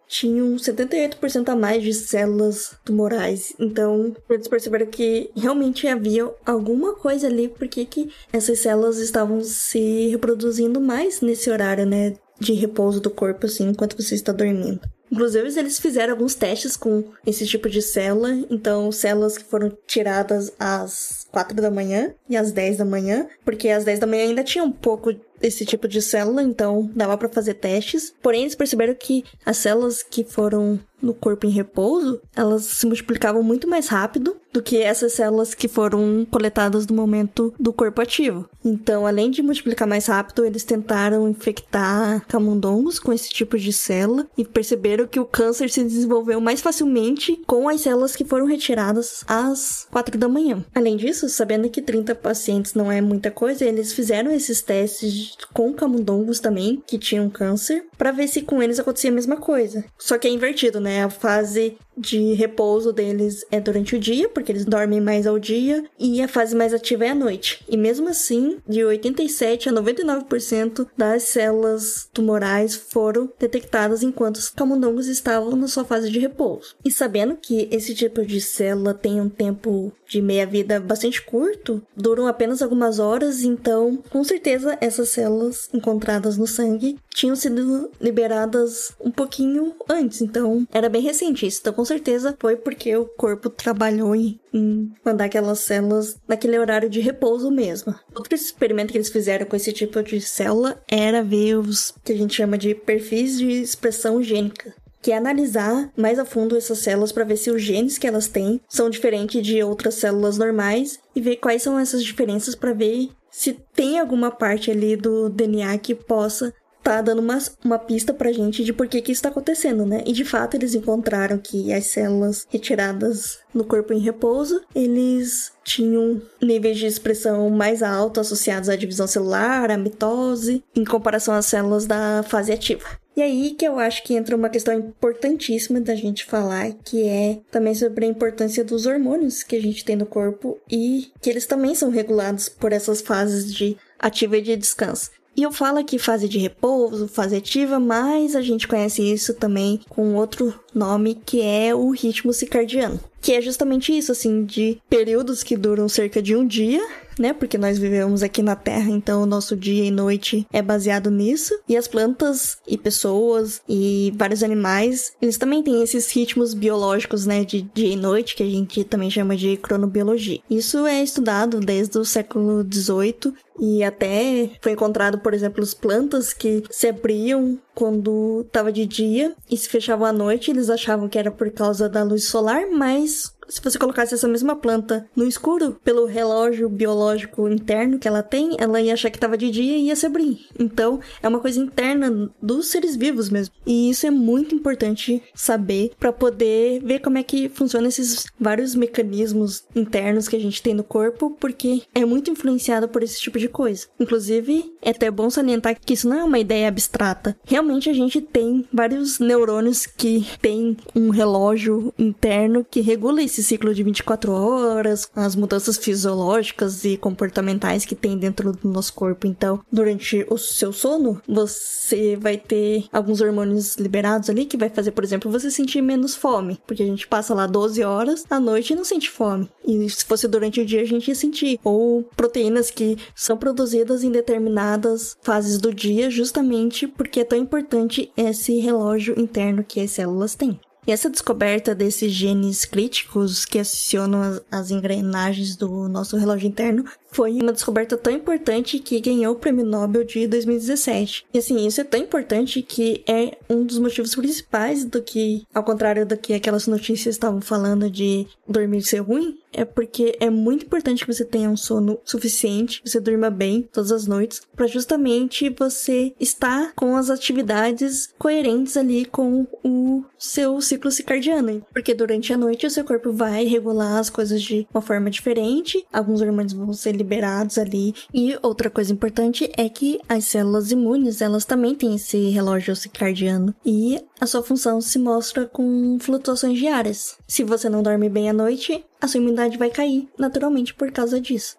tinham setenta e oito por cento a mais de células tumorais. Então, eles perceberam que realmente havia alguma coisa ali, porque que essas células estavam se reproduzindo mais nesse horário, né, de repouso do corpo, assim, enquanto você está dormindo. Inclusive, eles fizeram alguns testes com esse tipo de célula. Então, células que foram tiradas às quatro da manhã e às dez da manhã. Porque às dez da manhã ainda tinha um pouco desse tipo de célula, então dava para fazer testes. Porém, eles perceberam que as células que foram no corpo em repouso, elas se multiplicavam muito mais rápido do que essas células que foram coletadas no momento do corpo ativo. Então, além de multiplicar mais rápido, eles tentaram infectar camundongos com esse tipo de célula e perceberam que o câncer se desenvolveu mais facilmente com as células que foram retiradas às quatro da manhã. Além disso, sabendo que trinta pacientes não é muita coisa, eles fizeram esses testes com camundongos também, que tinham câncer, para ver se com eles acontecia a mesma coisa. Só que é invertido, né? A fase de repouso deles é durante o dia, porque eles dormem mais ao dia, e a fase mais ativa é à noite. E mesmo assim, de oitenta e sete a noventa e nove por cento das células tumorais foram detectadas enquanto os camundongos estavam na sua fase de repouso. E sabendo que esse tipo de célula tem um tempo de meia-vida bastante curto, duram apenas algumas horas, então, com certeza, essas células encontradas no sangue tinham sido liberadas um pouquinho antes, então era bem recente isso. Então, com certeza, foi porque o corpo trabalhou em, em mandar aquelas células naquele horário de repouso mesmo. Outro experimento que eles fizeram com esse tipo de célula era ver os que a gente chama de perfis de expressão gênica, que é analisar mais a fundo essas células para ver se os genes que elas têm são diferentes de outras células normais e ver quais são essas diferenças para ver se tem alguma parte ali do D N A que possa tá dando uma, uma pista pra gente de por que que isso tá acontecendo, né? E de fato eles encontraram que as células retiradas no corpo em repouso, eles tinham níveis de expressão mais altos associados à divisão celular, à mitose, em comparação às células da fase ativa. E aí que eu acho que entra uma questão importantíssima da gente falar, que é também sobre a importância dos hormônios que a gente tem no corpo e que eles também são regulados por essas fases de ativa e de descanso. E eu falo aqui fase de repouso, fase ativa, mas a gente conhece isso também com outro nome, que é o ritmo circadiano. Que é justamente isso, assim, de períodos que duram cerca de um dia, né? Porque nós vivemos aqui na Terra, então o nosso dia e noite é baseado nisso. E as plantas e pessoas e vários animais, eles também têm esses ritmos biológicos, né? De dia e noite, que a gente também chama de cronobiologia. Isso é estudado desde o século dezoito e até foi encontrado, por exemplo, as plantas que se abriam quando estava de dia e se fechavam à noite. Eles achavam que era por causa da luz solar, mas se você colocasse essa mesma planta no escuro, pelo relógio biológico interno que ela tem, ela ia achar que estava de dia e ia se abrir. Então, é uma coisa interna dos seres vivos mesmo. E isso é muito importante saber para poder ver como é que funcionam esses vários mecanismos internos que a gente tem no corpo, porque é muito influenciado por esse tipo de coisa. Inclusive, é até bom salientar que isso não é uma ideia abstrata. Realmente, a gente tem vários neurônios que têm um relógio interno que regula esse ciclo de vinte e quatro horas, as mudanças fisiológicas e comportamentais que tem dentro do nosso corpo. Então, durante o seu sono, você vai ter alguns hormônios liberados ali que vai fazer, por exemplo, você sentir menos fome, porque a gente passa lá doze horas à noite e não sente fome. E se fosse durante o dia, a gente ia sentir. Ou proteínas que são produzidas em determinadas fases do dia, justamente porque é tão importante esse relógio interno que as células têm. E essa descoberta desses genes críticos que acionam as, as engrenagens do nosso relógio interno foi uma descoberta tão importante que ganhou o Prêmio Nobel de dois mil e dezessete. E assim, isso é tão importante que é um dos motivos principais do que, ao contrário do que aquelas notícias estavam falando de dormir ser ruim, é porque é muito importante que você tenha um sono suficiente, que você durma bem todas as noites, para justamente você estar com as atividades coerentes ali com o seu ciclo circadiano. Porque durante a noite o seu corpo vai regular as coisas de uma forma diferente, alguns hormônios vão ser liberados ali. E outra coisa importante é que as células imunes, elas também têm esse relógio circadiano e a sua função se mostra com flutuações diárias. Se você não dorme bem à noite, a sua imunidade vai cair naturalmente por causa disso.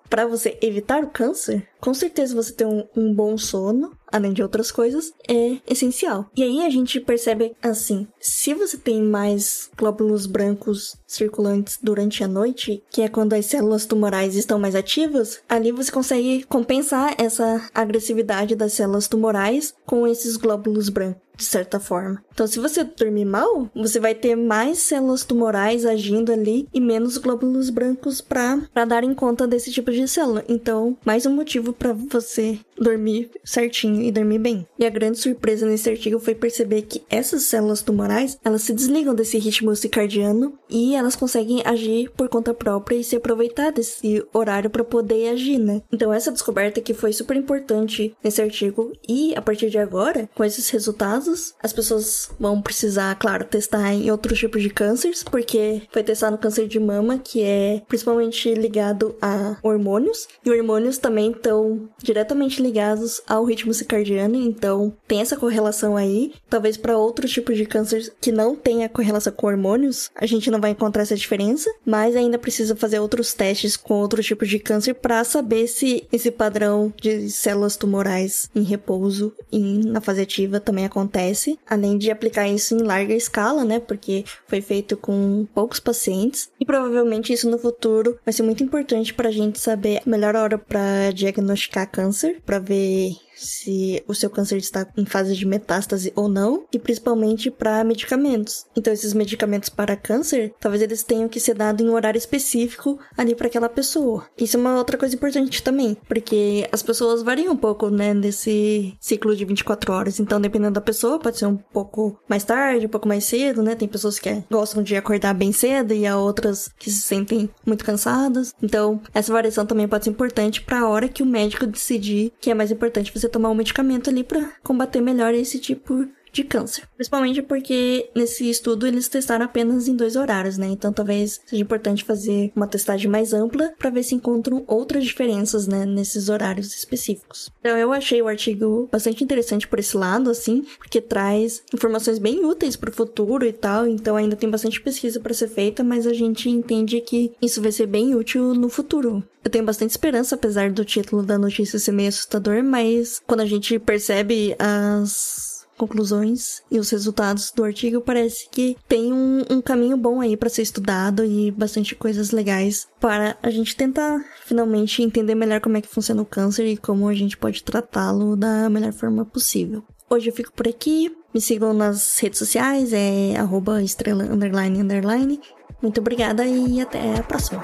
para você evitar o câncer, com certeza você ter um, um bom sono, além de outras coisas, é essencial. E aí a gente percebe assim, se você tem mais glóbulos brancos circulantes durante a noite, que é quando as células tumorais estão mais ativas, ali você consegue compensar essa agressividade das células tumorais com esses glóbulos brancos, de certa forma. Então, se você dormir mal, você vai ter mais células tumorais agindo ali e menos glóbulos brancos para darem conta desse tipo de célula. Então, mais um motivo para você dormir certinho e dormir bem. E a grande surpresa nesse artigo foi perceber que essas células tumorais, elas se desligam desse ritmo circadiano e elas conseguem agir por conta própria e se aproveitar desse horário para poder agir, né? Então, essa descoberta que foi super importante nesse artigo e a partir de agora, com esses resultados, as pessoas vão precisar, claro, testar em outros tipos de cânceres, porque foi testar no câncer de mama, que é principalmente ligado a hormônios, e hormônios também estão diretamente ligados ao ritmo circadiano, então tem essa correlação aí. Talvez para outros tipos de câncer que não tenha correlação com hormônios, a gente não vai encontrar essa diferença, mas ainda precisa fazer outros testes com outros tipos de câncer para saber se esse padrão de células tumorais em repouso e na fase ativa também acontece. Além de aplicar isso em larga escala, né, porque foi feito com poucos pacientes, e provavelmente isso no futuro vai ser muito importante para a gente saber a melhor hora para diagnosticar câncer, para ver se o seu câncer está em fase de metástase ou não, e principalmente para medicamentos. Então, esses medicamentos para câncer, talvez eles tenham que ser dados em um horário específico ali para aquela pessoa. Isso é uma outra coisa importante também, porque as pessoas variam um pouco, né, nesse ciclo de vinte e quatro horas. Então, dependendo da pessoa, pode ser um pouco mais tarde, um pouco mais cedo, né? Tem pessoas que gostam de acordar bem cedo e há outras que se sentem muito cansadas. Então, essa variação também pode ser importante para a hora que o médico decidir que é mais importante você tomar um medicamento ali para combater melhor esse tipo de câncer. Principalmente porque nesse estudo eles testaram apenas em dois horários, né? Então talvez seja importante fazer uma testagem mais ampla para ver se encontram outras diferenças, né, nesses horários específicos. Então eu achei o artigo bastante interessante por esse lado, assim, porque traz informações bem úteis para o futuro e tal. Então ainda tem bastante pesquisa para ser feita, mas a gente entende que isso vai ser bem útil no futuro. Eu tenho bastante esperança, apesar do título da notícia ser meio assustador, mas quando a gente percebe as conclusões e os resultados do artigo, parece que tem um, um caminho bom aí para ser estudado e bastante coisas legais para a gente tentar finalmente entender melhor como é que funciona o câncer e como a gente pode tratá-lo da melhor forma possível. Hoje eu fico por aqui, me sigam nas redes sociais, é arroba estrela underline underline. Muito obrigada e até a próxima.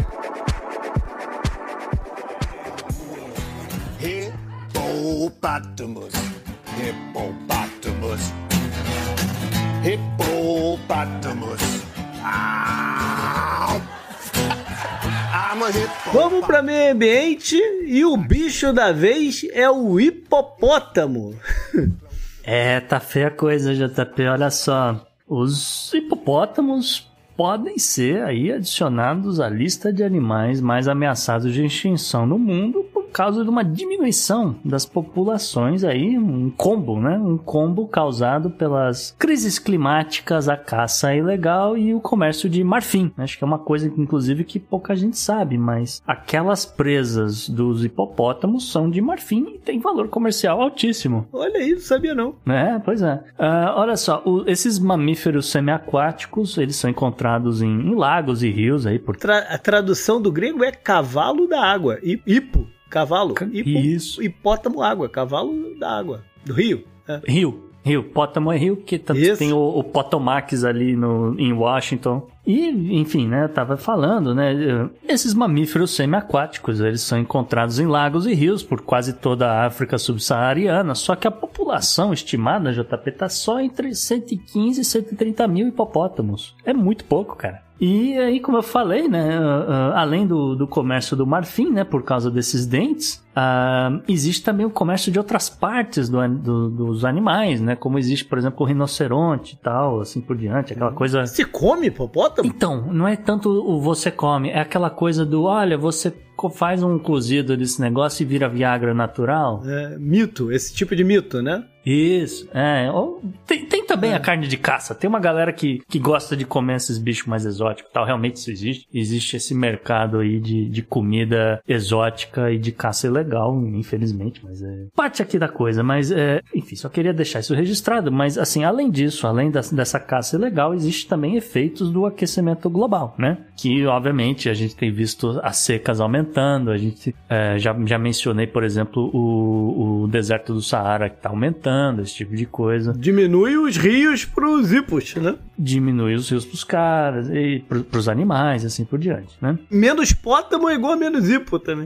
Hippopotamus, hippopotamus, hippopotamus. Ah! I'm a hippopotamus. Vamos para meio ambiente e o bicho da vez é o hipopótamo. É, tá feia a coisa, J P. Olha só, os hipopótamos podem ser aí adicionados à lista de animais mais ameaçados de extinção no mundo por causa de uma diminuição das populações aí, um combo, né? Um combo causado pelas crises climáticas, a caça ilegal e o comércio de marfim. Acho que é uma coisa, inclusive, que pouca gente sabe, mas aquelas presas dos hipopótamos são de marfim e tem valor comercial altíssimo. Olha aí, não sabia não. É, pois é. Uh, olha só, o, esses mamíferos semiaquáticos, eles são encontrados em, em lagos e rios aí por... Tra- a tradução do grego é cavalo da água. I- hipo, cavalo. Hipo, Isso. Hipótamo, água. Cavalo da água. Do rio. É. Rio. Rio. Pótamo é rio, que tanto Isso. tem o, o Potomac ali no, em Washington. E, enfim, né, eu tava falando, né, esses mamíferos semiaquáticos, eles são encontrados em lagos e rios por quase toda a África subsaariana, só que a população estimada, J P, tá só entre cento e quinze e cento e trinta mil hipopótamos. É muito pouco, cara. E aí, como eu falei, né, uh, uh, além do, do comércio do marfim, né, por causa desses dentes, uh, existe também o comércio de outras partes do, do, dos animais, né, como existe, por exemplo, o rinoceronte e tal, assim por diante, aquela coisa... Se come hipopótamo? Então, não é tanto o você come, é aquela coisa do, olha, você faz um cozido desse negócio e vira Viagra natural. É, mito, esse tipo de mito, né? Isso, é. Tem, tem também é. a carne de caça. Tem uma galera que, que gosta de comer esses bichos mais exóticos e tal. Realmente isso existe. Existe esse mercado aí de, de comida exótica e de caça ilegal, infelizmente. Mas é parte aqui da coisa. Mas, é, enfim, só queria deixar isso registrado. Mas, assim, além disso, além da, dessa caça ilegal, existe também efeitos do aquecimento global, né? Que, obviamente, a gente tem visto as secas aumentando. A gente é, já, já mencionei, por exemplo, o, o deserto do Saara que está aumentando. Esse tipo de coisa. Diminui os rios pros hipos, né? Diminui os rios pros caras e pro, pros animais, assim por diante, né? Menos pótamo é igual a menos hipo também.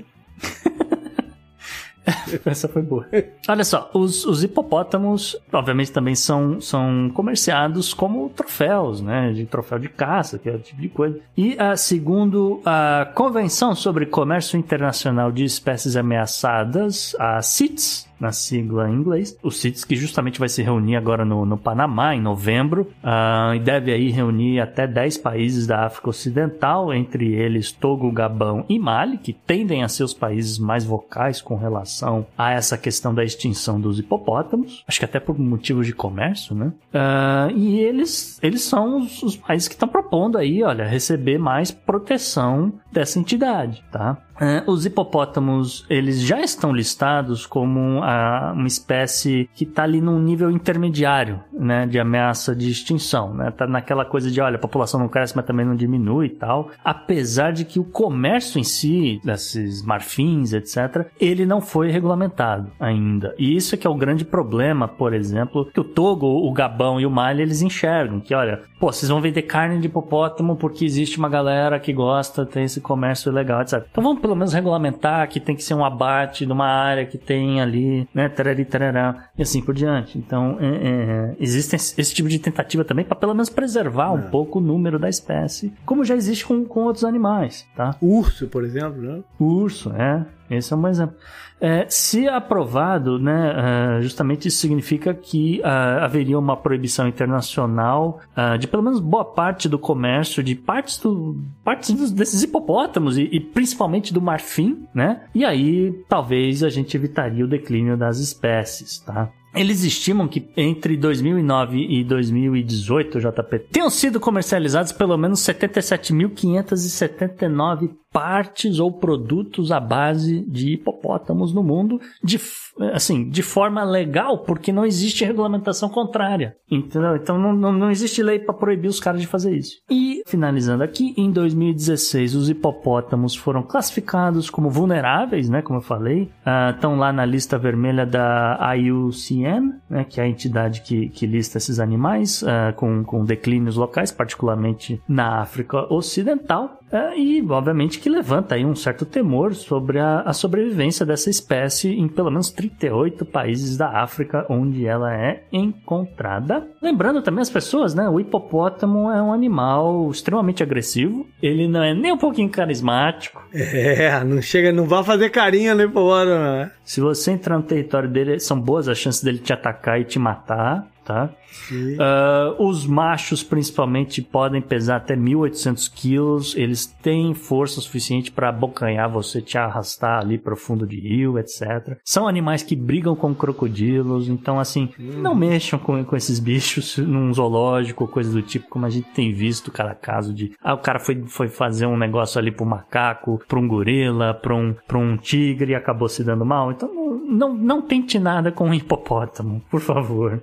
Essa foi boa. Olha só, os, os hipopótamos, obviamente, também são, são comerciados como troféus, né? De troféu de caça, que é o tipo de coisa. E, uh, segundo a Convenção sobre Comércio Internacional de Espécies Ameaçadas, a CITES, na sigla em inglês, o CITES que justamente vai se reunir agora no, no Panamá, em novembro, uh, e deve aí reunir até dez países da África Ocidental, entre eles Togo, Gabão e Mali, que tendem a ser os países mais vocais com relação a essa questão da extinção dos hipopótamos, acho que até por motivos de comércio, né? Uh, e eles, eles são os, os países que estão propondo aí, olha, receber mais proteção dessa entidade, tá? Uh, os hipopótamos, eles já estão listados como a, uma espécie que está ali num nível intermediário, né, de ameaça de extinção, né? Tá naquela coisa de, olha, a população não cresce, mas também não diminui e tal, apesar de que o comércio em si, desses marfins, etcétera, ele não foi regulamentado ainda. E isso é que é o grande problema, por exemplo, que o Togo, o Gabão e o Mali, eles enxergam, que, olha, pô, vocês vão vender carne de hipopótamo porque existe uma galera que gosta, tem esse comércio ilegal, etcétera. Então vamos pelo menos regulamentar que tem que ser um abate numa área que tem ali, né, tarari, tarará, e assim por diante. Então, é, é, existe esse tipo de tentativa também para pelo menos preservar é. um pouco o número da espécie, como já existe com, com outros animais, tá? Urso, por exemplo, né? Urso, é. Esse é um exemplo. É, se aprovado, né, uh, justamente isso significa que uh, haveria uma proibição internacional uh, de pelo menos boa parte do comércio de partes, do, partes dos, desses hipopótamos e, e principalmente do marfim, né? E aí talvez a gente evitaria o declínio das espécies, tá? Eles estimam que entre dois mil e nove e dois mil e dezoito, J P, tenham sido comercializados pelo menos setenta e sete mil quinhentos e setenta e nove partes ou produtos à base de hipopótamos no mundo, de, assim, de forma legal, porque não existe regulamentação contrária, entendeu? Então não, não, não existe lei para proibir os caras de fazer isso. E, finalizando aqui, em dois mil e dezesseis, os hipopótamos foram classificados como vulneráveis, né, como eu falei, uh, estão lá na lista vermelha da I U C N, né, que é a entidade que, que lista esses animais uh, com, com declínios locais, particularmente na África Ocidental, uh, e, obviamente, que levanta aí um certo temor sobre a, a sobrevivência dessa espécie em pelo menos trinta e oito países da África onde ela é encontrada. Lembrando também as pessoas, né? O hipopótamo é um animal extremamente agressivo. Ele não é nem um pouquinho carismático. É, não chega, não vai fazer carinha no hipopótamo, né? Se você entrar no território dele, são boas as chances dele te atacar e te matar, tá? Uh, os machos, principalmente, podem pesar até mil e oitocentos quilos. Eles têm força suficiente para abocanhar você, te arrastar ali pro fundo de rio, etcétera. São animais que brigam com crocodilos. Então, assim, hum. não mexam com, com esses bichos num zoológico ou coisa do tipo, como a gente tem visto cada caso de... Ah, o cara foi, foi fazer um negócio ali pro macaco, pra um gorila, pra um, pra um tigre e acabou se dando mal. Então, não, não, não tente nada com um hipopótamo, por favor.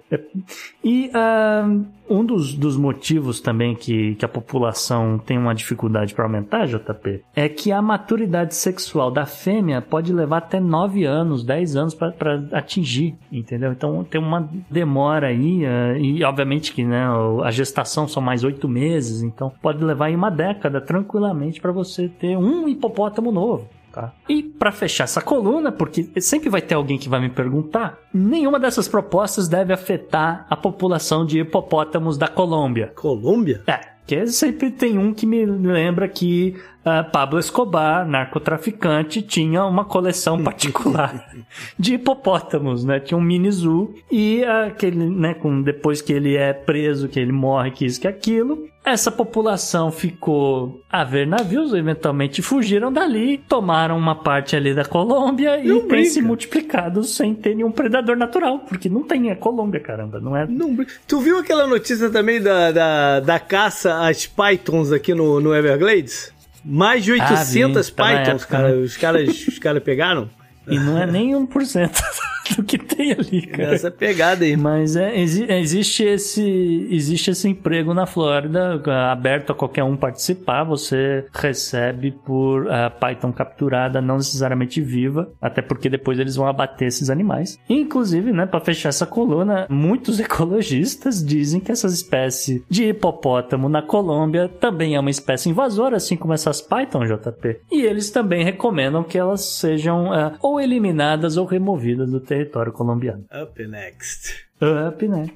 E uh, um dos, dos motivos também que, que a população tem uma dificuldade para aumentar, J P, é que a maturidade sexual da fêmea pode levar até nove anos, dez anos para atingir, entendeu? Então tem uma demora aí, uh, e obviamente que, né, a gestação são mais oito meses, então pode levar aí uma década tranquilamente para você ter um hipopótamo novo. Tá? E para fechar essa coluna, porque sempre vai ter alguém que vai me perguntar, nenhuma dessas propostas deve afetar a população de hipopótamos da Colômbia. Colômbia? É, que sempre tem um que me lembra que uh, Pablo Escobar, narcotraficante, tinha uma coleção particular de hipopótamos, né? Tinha um mini zoo e uh, aquele, né, com, depois que ele é preso, que ele morre, que isso, que aquilo, essa população ficou a ver navios, eventualmente fugiram dali, tomaram uma parte ali da Colômbia e Não tem se brinca. multiplicado sem ter nenhum predador natural, porque não tem a Colômbia, caramba, não é... Não, tu viu aquela notícia também da, da, da caça às pythons aqui no, no Everglades? Mais de oitocentas Ah, vi, tá na pythons, época, cara, né? os caras, os caras pegaram. E não é nem um por cento do que tem ali, cara. Essa pegada aí. Mas é, exi- existe, esse, existe esse emprego na Flórida, aberto a qualquer um participar. Você recebe por uh, Python capturada, não necessariamente viva, até porque depois eles vão abater esses animais. Inclusive, né, para fechar essa coluna, muitos ecologistas dizem que essa espécie de hipopótamo na Colômbia também é uma espécie invasora, assim como essas Python, J P. E eles também recomendam que elas sejam uh, ou eliminadas ou removidas do território colombiano. Up next. Up next.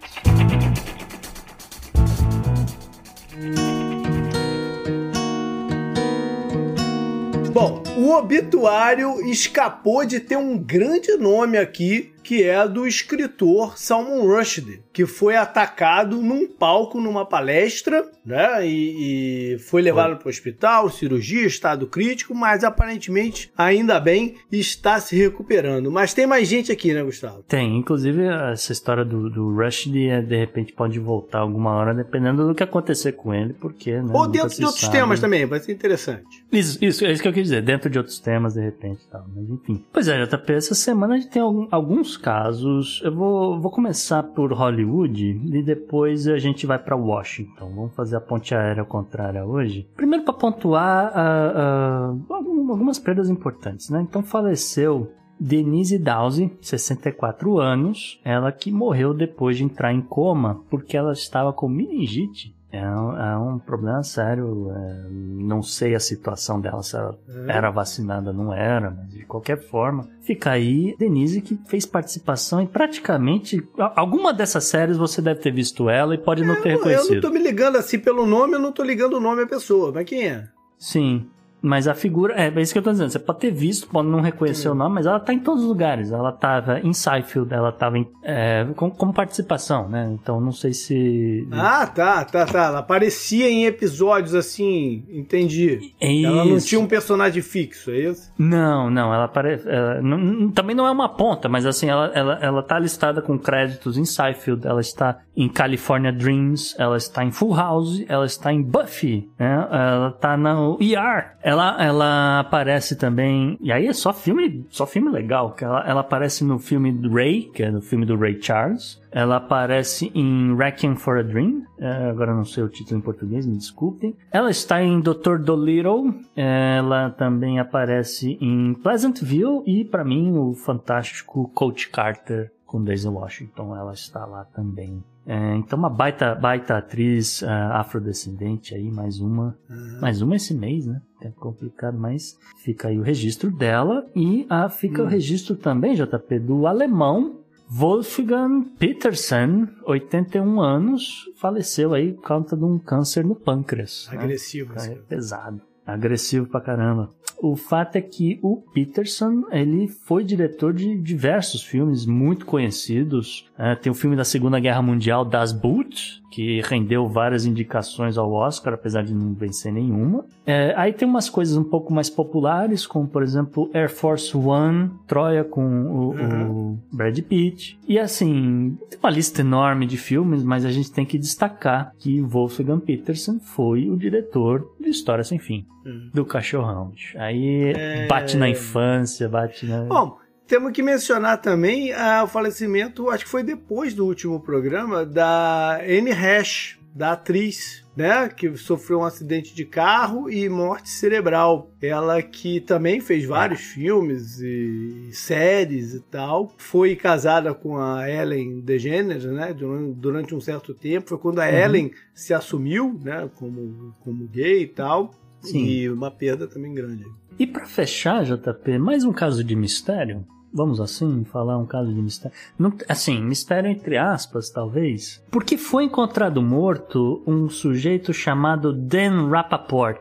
Bom, o obituário escapou de ter um grande nome aqui, que é do escritor Salman Rushdie, que foi atacado num palco, numa palestra, né? E, e foi levado para o hospital, cirurgia, estado crítico, mas aparentemente, ainda bem, está se recuperando. Mas tem mais gente aqui, né, Gustavo? Tem, inclusive essa história do, do Rushdie, é, de repente pode voltar alguma hora, dependendo do que acontecer com ele, porque... Né, Ou nunca dentro se de outros sabe. temas também, vai ser interessante. Isso, isso, é isso que eu quis dizer, dentro de outros temas, de repente, tal, mas enfim. Pois é, J P, essa semana a gente tem algum, alguns casos, eu vou, vou começar por Hollywood e depois a gente vai pra Washington. Vamos fazer a ponte aérea ao contrário hoje. Primeiro para pontuar uh, uh, algumas perdas importantes, né? Então faleceu Denise Dowse, sessenta e quatro anos, ela que morreu depois de entrar em coma porque ela estava com meningite. É um, é um problema sério, é, não sei a situação dela, se ela É. era vacinada ou não era, mas de qualquer forma, fica aí Denise, que fez participação em praticamente a- alguma dessas séries você deve ter visto ela e pode não ter Eu, eu reconhecido. não tô me ligando assim pelo nome, eu não tô ligando o nome à pessoa, mas quem é? Sim, mas a figura, é, é isso que eu tô dizendo, você pode ter visto, pode não reconhecer Hum. o nome, mas ela tá em todos os lugares, ela tava em Seinfeld, ela tava em, é, com, como participação, né, então não sei se... Ah, tá, tá, tá. Ela aparecia em episódios assim, entendi. É Ela não isso. tinha um personagem fixo, é isso? Não, não, ela parece. Também não é uma ponta, mas assim, ela, ela, ela tá listada com créditos em Seinfeld, ela está em California Dreams, ela está em Full House, ela está em Buffy, né? Ela tá no E R. Ela, ela aparece também. E aí é só filme, só filme legal, que ela, ela aparece no filme do Ray, que é no filme do Ray Charles. Ela aparece em Requiem for a Dream, é, agora não sei o título em português, me desculpem. Ela está em doutor Dolittle, ela também aparece em Pleasantville e, pra mim, o fantástico Coach Carter com Daisy Washington, ela está lá também. É, então uma baita, baita atriz uh, afrodescendente aí, mais uma, Uhum. mais uma esse mês, né? É complicado, mas fica aí o registro dela e ah, fica Uhum. o registro também, J P, do alemão Wolfgang Petersen, oitenta e um anos, faleceu aí por causa de um câncer no pâncreas. né? Agressivo. É assim. pesado. Agressivo pra caramba. O fato é que o Peterson, ele foi diretor de diversos filmes muito conhecidos. É, tem o filme da Segunda Guerra Mundial, Das Boot, que rendeu várias indicações ao Oscar, apesar de não vencer nenhuma. É, aí tem umas coisas um pouco mais populares, como, por exemplo, Air Force One, Troia com o, Uhum. o Brad Pitt. E assim, tem uma lista enorme de filmes, mas a gente tem que destacar que Wolfgang Petersen foi o diretor de História Sem Fim, Uhum. do Cachorrão. bicho. Aí É. bate na infância, bate na... Bom, temos que mencionar também ah, o falecimento, acho que foi depois do último programa, da Anne Heche, da atriz, né, que sofreu um acidente de carro e morte cerebral. Ela que também fez vários filmes e séries e tal. Foi casada com a Ellen DeGeneres, né, durante, durante um certo tempo. Foi quando a Uhum. Ellen se assumiu, né, como, como gay e tal. Sim. E uma perda também grande. E pra fechar, J P, mais um caso de mistério? Vamos assim, falar um caso de mistério? Não, assim, mistério entre aspas, talvez. Porque foi encontrado morto um sujeito chamado Dan Rappaport.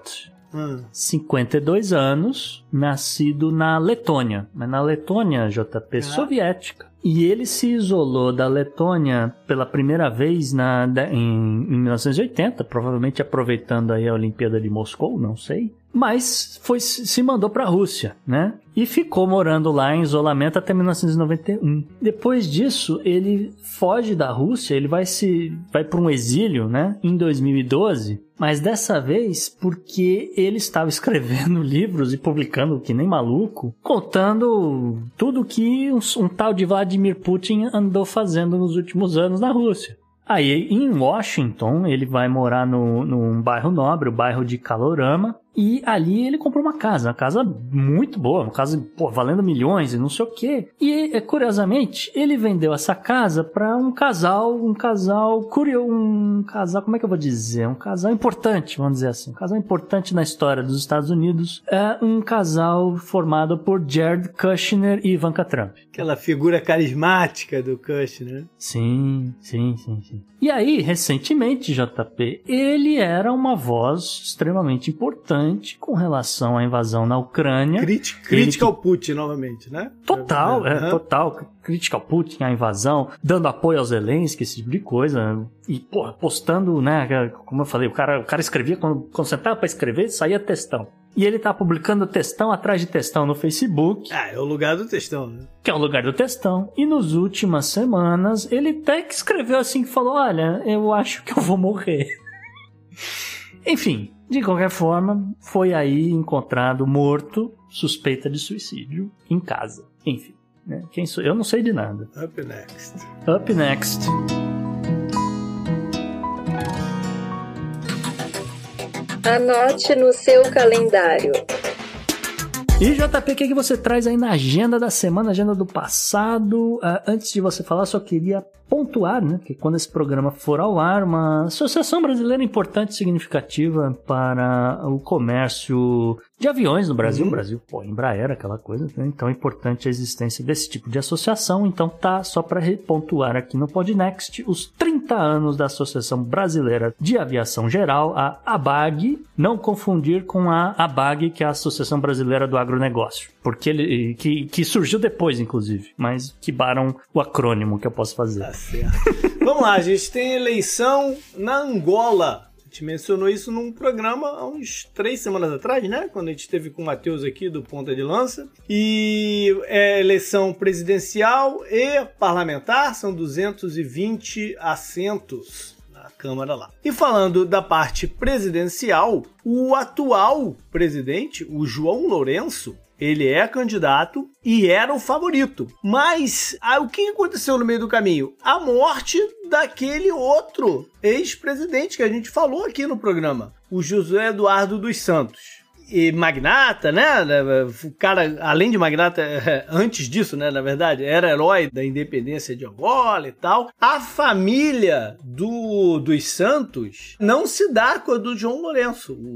Hum. cinquenta e dois anos, nascido na Letônia. Mas na Letônia, J P, ah. soviética. E ele se isolou da Letônia pela primeira vez na, em, em mil novecentos e oitenta, provavelmente aproveitando aí a Olimpíada de Moscou, não sei. Mas foi, se mandou para a Rússia, né? E ficou morando lá em isolamento até mil novecentos e noventa e um. Depois disso, ele foge da Rússia, ele vai se vai para um exílio, né? Em dois mil e doze. Mas dessa vez porque ele estava escrevendo livros e publicando que nem maluco, contando tudo que um, um tal de Vladimir Putin andou fazendo nos últimos anos na Rússia. Aí, em Washington, ele vai morar no, num bairro nobre, o bairro de Kalorama, e ali ele comprou uma casa, uma casa muito boa, uma casa, pô, valendo milhões e não sei o quê. E, curiosamente, ele vendeu essa casa para um casal, um casal curioso, um casal, como é que eu vou dizer? Um casal importante, vamos dizer assim, um casal importante na história dos Estados Unidos, é um casal formado por Jared Kushner e Ivanka Trump. Aquela figura carismática do Kushner. Sim, sim, sim, sim. E aí, recentemente, J P, ele era uma voz extremamente importante com relação à invasão na Ucrânia. Crítica, crítica ele... ao Putin, novamente, né? Total, é, uhum. é, total. Crítica ao Putin, à invasão, dando apoio ao Zelensky, esse tipo de coisa. E, pô, postando, né? Como eu falei, o cara, o cara escrevia, quando, quando sentava pra escrever, saía textão. E ele tá publicando textão atrás de textão no Facebook. Ah, é o lugar do textão, né? Que é o lugar do textão. E nas últimas semanas, ele até que escreveu assim, que falou, olha, eu acho que eu vou morrer. Enfim, de qualquer forma, foi aí encontrado morto, suspeita de suicídio, em casa. Enfim, né? Quem sou eu? Não sei de nada. Up next. Up next. Anote no seu calendário. E J P, o que, é que você traz aí na agenda da semana, agenda do passado? Uh, antes de você falar, só queria pontuar, né, que quando esse programa for ao ar, uma associação brasileira importante e significativa para o comércio de aviões no Brasil. Uhum. O Brasil, pô, Embraer, aquela coisa, né? Então é importante a existência desse tipo de associação. Então tá, só para pontuar aqui no Podnext, os trinta anos da Associação Brasileira de Aviação Geral, a ABAG, não confundir com a ABAG, que é a Associação Brasileira do Agronegócio, porque ele, que, que surgiu depois, inclusive, mas que baram o acrônimo que eu posso fazer. Tá certo. Vamos lá, a gente tem eleição na Angola. A gente mencionou isso num programa há uns três semanas atrás, né? Quando a gente esteve com o Matheus aqui do Ponta de Lança. E é eleição presidencial e parlamentar, são duzentos e vinte assentos na Câmara lá. E falando da parte presidencial, o atual presidente, o João Lourenço, ele é candidato e era o favorito. Mas ah, o que aconteceu no meio do caminho? A morte daquele outro ex-presidente que a gente falou aqui no programa, o José Eduardo dos Santos. E magnata, né? O cara, além de magnata, antes disso, né? Na verdade, era herói da independência de Angola e tal. A família do, dos Santos não se dá com a do João Lourenço, o,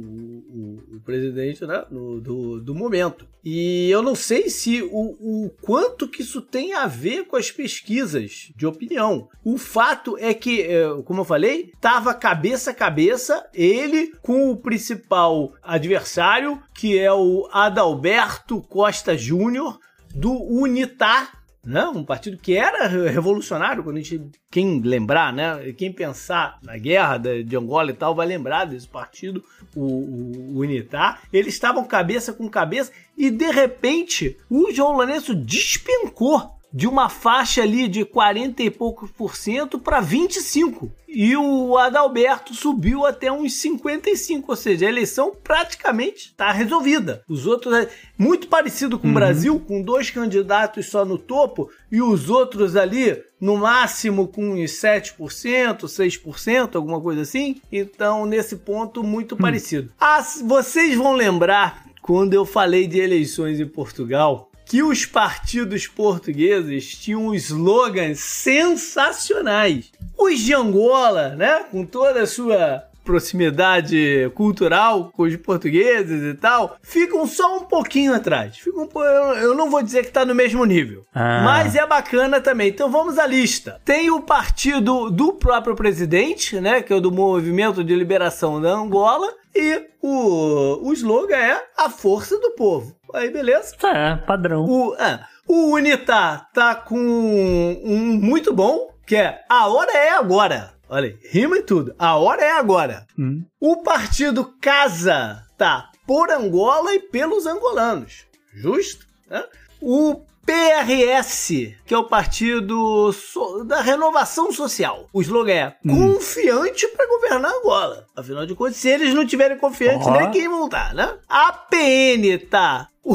o, o presidente, né? No, do, do momento. E eu não sei se o, o quanto que isso tem a ver com as pesquisas de opinião. O fato é que, como eu falei, estava cabeça a cabeça ele com o principal adversário, que é o Adalberto Costa Júnior, do UNITA, né? Um partido que era revolucionário, quando a gente, quem lembrar, né? Quem pensar na guerra de Angola e tal, vai lembrar desse partido, o, o, o UNITA. Eles estavam cabeça com cabeça e, de repente, o João Lourenço despencou de uma faixa ali de quarenta e poucos por cento para vinte e cinco. E o Adalberto subiu até uns cinquenta e cinco, ou seja, a eleição praticamente está resolvida. Os outros, muito parecido com uhum. o Brasil, com dois candidatos só no topo, e os outros ali, no máximo, com uns sete por cento, seis por cento, alguma coisa assim. Então, nesse ponto, muito hum. parecido. Ah, vocês vão lembrar, quando eu falei de eleições em Portugal, que os partidos portugueses tinham slogans sensacionais. Os de Angola, né, com toda a sua proximidade cultural com os portugueses e tal, ficam só um pouquinho atrás. Ficam, eu não vou dizer que está no mesmo nível, ah. mas é bacana também. Então vamos à lista. Tem o partido do próprio presidente, né, que é o do Movimento de Liberação da Angola, E o, o slogan é a força do povo. Aí, beleza? É, padrão. O, é, o Unitá tá com um muito bom, que é a hora é agora. Olha aí, rima e tudo. A hora é agora. Hum. O partido Casa tá por Angola e pelos angolanos. Justo? Né? O P R S, que é o Partido so- da Renovação Social. O slogan é hum. confiante para governar Angola. Afinal de contas, se eles não tiverem confiantes, oh. nem quem vão estar, né? A P N tá... O,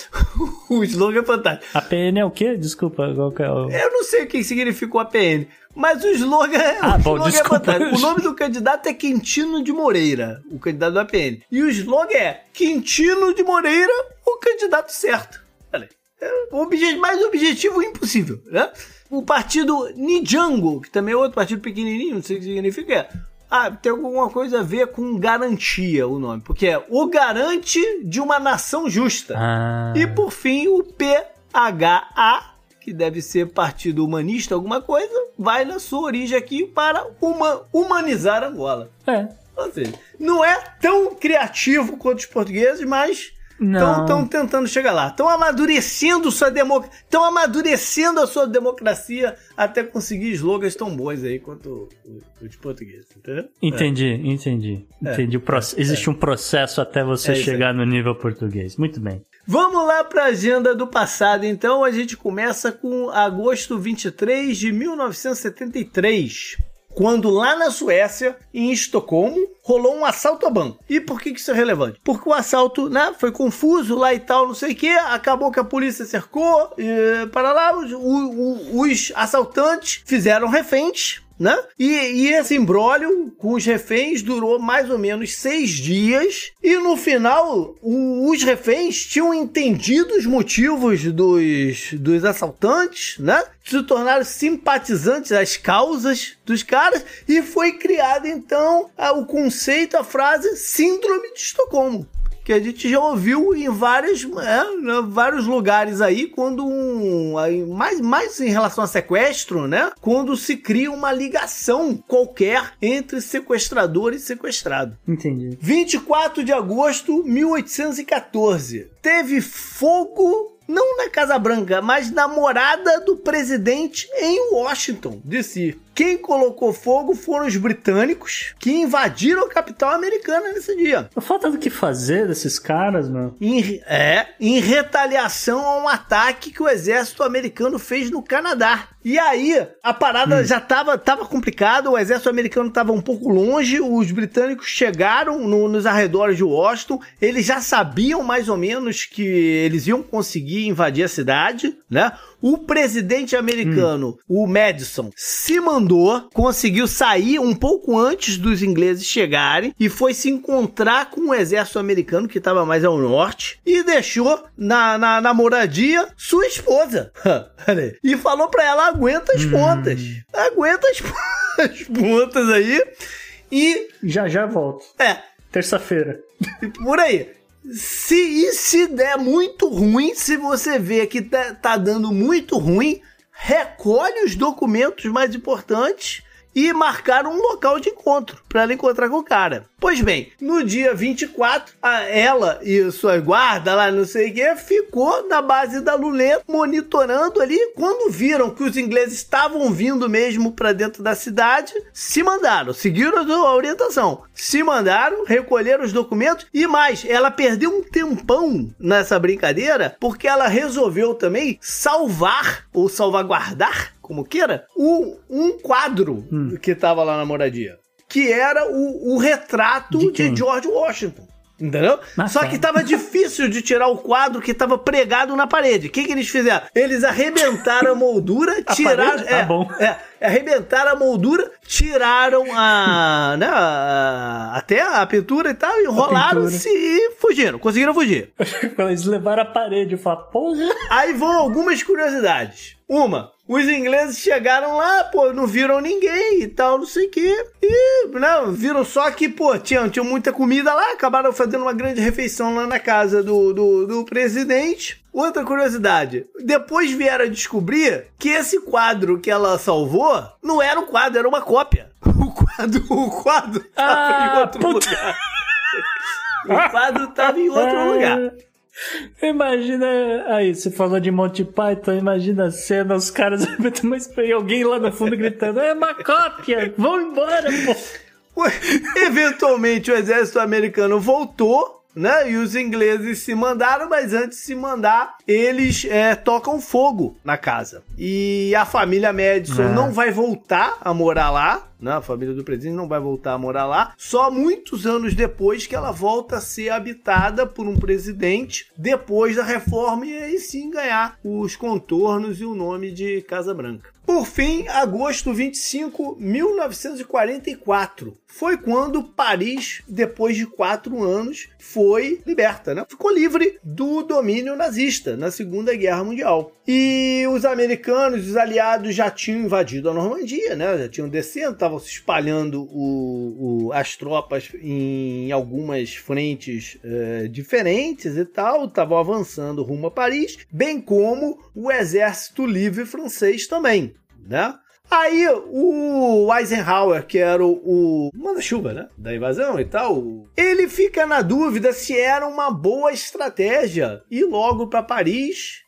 o slogan é fantástico. A P N é o quê? Desculpa. Qual que é o... Eu não sei o que significa o A P N, mas o slogan, ah, o bom, slogan é fantástico. O nome do candidato é Quintino de Moreira, o candidato do A P N. E o slogan é Quintino de Moreira, o candidato certo. Olha, é o obje- mais objetivo impossível, né? O partido Nijango, que também é outro partido pequenininho, não sei o que significa. Ah, tem alguma coisa a ver com garantia o nome, porque é o garante de uma nação justa. Ah. E por fim, o P H A, que deve ser partido humanista, alguma coisa, vai na sua origem aqui para uma, humanizar Angola. É. Ou seja, não é tão criativo quanto os portugueses, mas estão tentando chegar lá. Estão amadurecendo sua democ... Estão amadurecendo a sua democracia até conseguir slogans tão bons aí quanto os portugueses, entendeu? Entendi, é. entendi. É. entendi. O proce... é. Existe um processo até você é chegar no nível português. Muito bem. Vamos lá para a agenda do passado, então. A gente começa com agosto vinte e três de mil novecentos e setenta e três. Quando lá na Suécia, em Estocolmo, rolou um assalto a banco. E por que isso é relevante? Porque o assalto, né, foi confuso lá e tal, não sei o que, acabou que a polícia cercou, e, para lá, os, os, os assaltantes fizeram reféns, né? E, e esse imbróglio com os reféns durou mais ou menos seis dias. E no final, o, os reféns tinham entendido os motivos dos, dos assaltantes, né? Se tornaram simpatizantes das causas dos caras. E foi criado, então, a, o conceito, a frase Síndrome de Estocolmo, que a gente já ouviu em vários, é, vários lugares aí, quando um, aí, mais, mais em relação a sequestro, né? Quando se cria uma ligação qualquer entre sequestrador e sequestrado. Entendi. vinte e quatro de agosto de mil oitocentos e catorze. Teve fogo, não na Casa Branca, mas na morada do presidente em Washington, D C Quem colocou fogo foram os britânicos, que invadiram a capital americana nesse dia. Falta do que fazer desses caras, mano. Em, é, em retaliação a um ataque que o exército americano fez no Canadá. E aí, a parada hum. já tava, tava complicada, o exército americano tava um pouco longe, os britânicos chegaram no, nos arredores de Washington, eles já sabiam mais ou menos que eles iam conseguir invadir a cidade, né? O presidente americano, hum. o Madison, se mandou, conseguiu sair um pouco antes dos ingleses chegarem e foi se encontrar com o exército americano, que estava mais ao norte, e deixou na, na, na moradia sua esposa. E falou pra ela, aguenta as hum. pontas. Aguenta as, as pontas aí. E... Já já volto. É. Terça-feira. Por aí. Se, e se der muito ruim, se você vê que tá, tá dando muito ruim, recolhe os documentos mais importantes e marcar um local de encontro para ela encontrar com o cara. Pois bem, no dia vinte e quatro, a, ela e sua guarda lá, não sei o que, ficou na base da Lulenta, monitorando ali. Quando viram que os ingleses estavam vindo mesmo para dentro da cidade, se mandaram, seguiram a orientação, se mandaram, recolheram os documentos e mais, ela perdeu um tempão nessa brincadeira, porque ela resolveu também salvar ou salvaguardar, como queira, o, um quadro hum. que estava lá na moradia, que era o, o retrato de, de George Washington, entendeu? Mas Só tá. que estava difícil de tirar o quadro que estava pregado na parede. O que, que eles fizeram? Eles arrebentaram a moldura, a tiraram... Tá é, bom. É, arrebentaram a moldura, tiraram a, né, a, até a pintura e tal, enrolaram-se e fugiram, conseguiram fugir. Eles levaram a parede e falaram, porra... Aí vão algumas curiosidades. Uma, os ingleses chegaram lá, pô, não viram ninguém e tal, não sei o quê. E, não, viram só que, pô, tinha, tinha muita comida lá, acabaram fazendo uma grande refeição lá na casa do, do, do presidente. Outra curiosidade, depois vieram a descobrir que esse quadro que ela salvou não era um quadro, era uma cópia. O quadro, o quadro ah, tava em outro puta. lugar. O quadro tava em outro lugar. Imagina, aí, você falou de Monty Python, imagina a cena, os caras mas alguém lá no fundo gritando, é uma cópia, vão embora, pô. Eventualmente o exército americano voltou, né? E os ingleses se mandaram, mas antes de se mandar, eles é, tocam fogo na casa. E a família Madison é. não vai voltar a morar lá, né? A família do presidente não vai voltar a morar lá, só muitos anos depois que ela volta a ser habitada por um presidente, depois da reforma, e aí sim ganhar os contornos e o nome de Casa Branca. Por fim, agosto vinte e cinco, mil novecentos e quarenta e quatro, foi quando Paris, depois de quatro anos, foi liberta, né? Ficou livre do domínio nazista na Segunda Guerra Mundial. E os americanos, os aliados já tinham invadido a Normandia, né? Já tinham descendo, estavam se espalhando o, o, as tropas em algumas frentes é, diferentes e tal, estavam avançando rumo a Paris, bem como o Exército Livre francês também, né? Aí o Eisenhower, que era o, o manda-chuva, né, da invasão e tal, ele fica na dúvida se era uma boa estratégia ir logo para Paris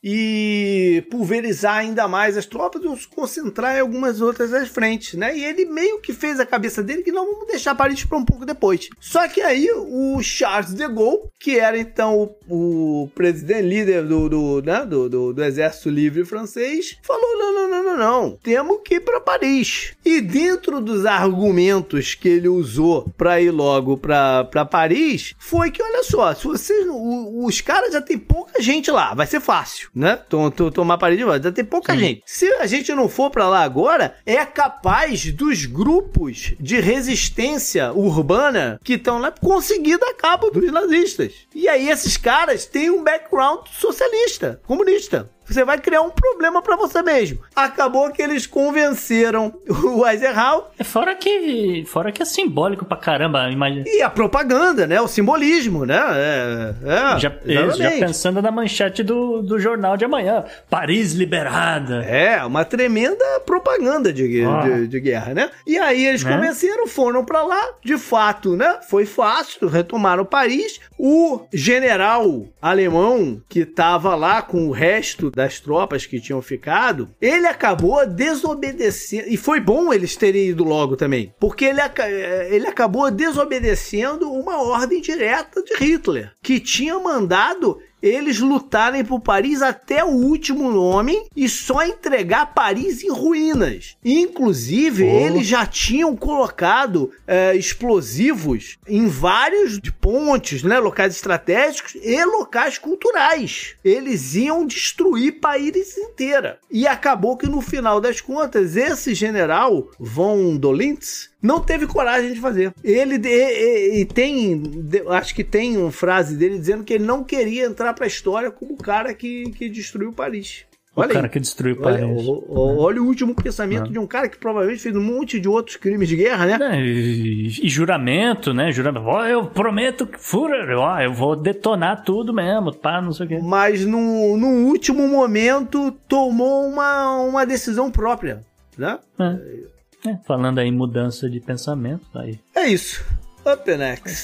e pulverizar ainda mais as tropas e se concentrar em algumas outras das frentes, né? E ele meio que fez a cabeça dele que não, vamos deixar Paris para um pouco depois. Só que aí o Charles de Gaulle, que era então o, o presidente líder do, do, né, do, do, do Exército Livre francês, falou: não, não, não, não, não, temos que ir para Paris. E dentro dos argumentos que ele usou para ir logo para Paris, foi que, olha só, se vocês, o, os caras já tem pouca gente lá, vai ser fácil, né? Tom, tom, tomar Paris de volta, já tem pouca Sim. gente. Se a gente não for para lá agora, é capaz dos grupos de resistência urbana que estão lá conseguir dar cabo dos nazistas. E aí esses caras têm um background socialista, comunista. Você vai criar um problema pra você mesmo. Acabou que eles convenceram o Eisenhower. Fora que, fora que é simbólico pra caramba, imagina. E a propaganda, né? O simbolismo, né? É, é, já, já pensando na manchete do, do jornal de amanhã. Paris liberada. É, uma tremenda propaganda de, oh. de, de guerra, né? E aí eles é. convenceram, foram pra lá. De fato, né? Foi fácil, retomaram Paris. O general alemão que tava lá com o resto das tropas que tinham ficado, ele acabou desobedecendo, e foi bom eles terem ido logo também, porque ele, ele acabou desobedecendo uma ordem direta de Hitler, que tinha mandado eles lutarem por Paris até o último homem e só entregar Paris em ruínas. Inclusive, oh. eles já tinham colocado é, explosivos em vários pontes, né, locais estratégicos e locais culturais. Eles iam destruir Paris inteira. E acabou que, no final das contas, esse general von Dölitz não teve coragem de fazer. Ele e, e, e tem, acho que tem uma frase dele dizendo que ele não queria entrar para a história como o cara que, que destruiu Paris. O olha cara aí. que destruiu Paris. Olha, olha, olha o último pensamento não. de um cara que provavelmente fez um monte de outros crimes de guerra, né? É, e, e juramento, né? Juramento. Oh, eu prometo que Führer, oh, eu vou detonar tudo mesmo, pá, não sei o quê. Mas no, no último momento tomou uma, uma decisão própria, né? É. É, falando aí em mudança de pensamento, aí. É isso. Up next.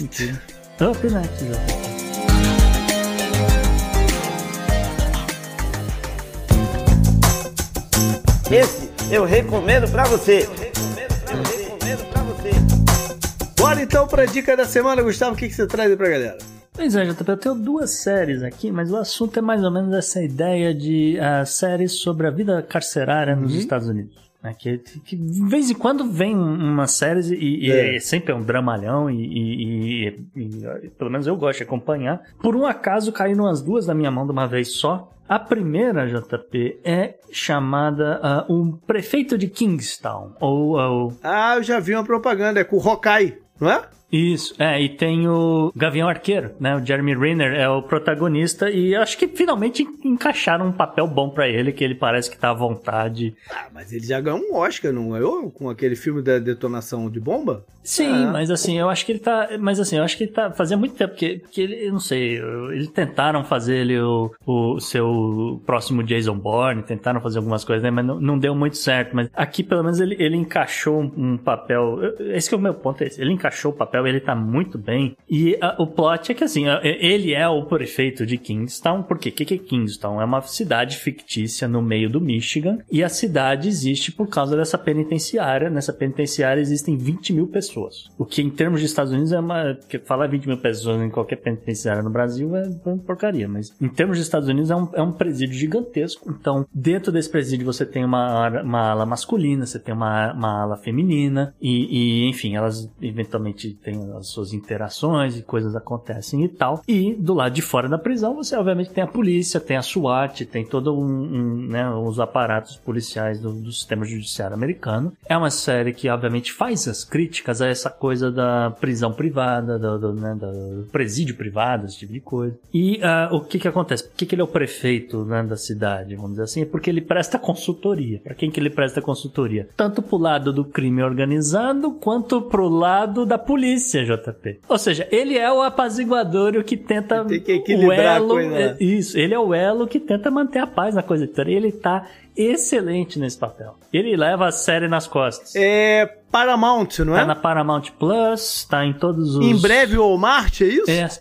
Up next, exatamente. Esse eu recomendo pra você. Eu recomendo, eu recomendo pra você. Bora então pra dica da semana, Gustavo. O que, que você traz aí pra galera? Pois é, J P, eu tenho duas séries aqui, mas o assunto é mais ou menos essa ideia de uh, séries sobre a vida carcerária nos uhum. Estados Unidos. Que, que de vez em quando vem umas séries e, e é. é sempre é um dramalhão e, e, e, e pelo menos eu gosto de acompanhar. Por um acaso caíram as duas na minha mão de uma vez só. A primeira, J P, é chamada uh, O Prefeito de Kingstown. Ou, ou... Ah, eu já vi uma propaganda, é com o Hawkeye, não é? Isso, é, e tem o Gavião Arqueiro, né, o Jeremy Renner é o protagonista e acho que finalmente encaixaram um papel bom pra ele, que ele parece que tá à vontade. Ah, mas ele já ganhou um Oscar, não ganhou? Com aquele filme da detonação de bomba? Sim, ah. mas assim, eu acho que ele tá, mas assim, eu acho que ele tá, fazia muito tempo que, que ele, eu não sei, eles tentaram fazer ele o, o seu próximo Jason Bourne, tentaram fazer algumas coisas, né, mas não, não deu muito certo, mas aqui pelo menos ele, ele encaixou um, um papel, esse que é o meu ponto, é esse, ele encaixou o papel papel, ele tá muito bem. E a, o plot é que, assim, a, ele é o prefeito de Kingstown. Por quê? O que, que é Kingstown? É uma cidade fictícia no meio do Michigan. E a cidade existe por causa dessa penitenciária. Nessa penitenciária existem vinte mil pessoas. O que, em termos de Estados Unidos, é uma... Porque falar vinte mil pessoas em qualquer penitenciária no Brasil é uma porcaria. Mas, em termos de Estados Unidos, é um, é um presídio gigantesco. Então, dentro desse presídio, você tem uma, uma ala masculina, você tem uma, uma ala feminina. E, e, enfim, elas eventualmente têm as suas interações e coisas acontecem e tal. E, do lado de fora da prisão, você, obviamente, tem a polícia, tem a SWAT, tem todo um... um né, os aparatos policiais do, do sistema judiciário americano. É uma série que, obviamente, faz as críticas a essa coisa da prisão privada, do, do, né, do presídio privado, esse tipo de coisa. E uh, o que que acontece? Por que que ele é o prefeito, né, da cidade, vamos dizer assim? É porque ele presta consultoria. Para quem que ele presta consultoria? Tanto pro lado do crime organizado, quanto pro lado da polícia, J P. Ou seja, ele é o apaziguador, o que tenta... Tem que equilibrar o elo, a coisa, né? Isso, ele é o elo que tenta manter a paz na coisa toda. E ele tá excelente nesse papel. Ele leva a série nas costas. É Paramount, não é? Tá na Paramount Plus, tá em todos os... Em breve o Walmart, é isso? É.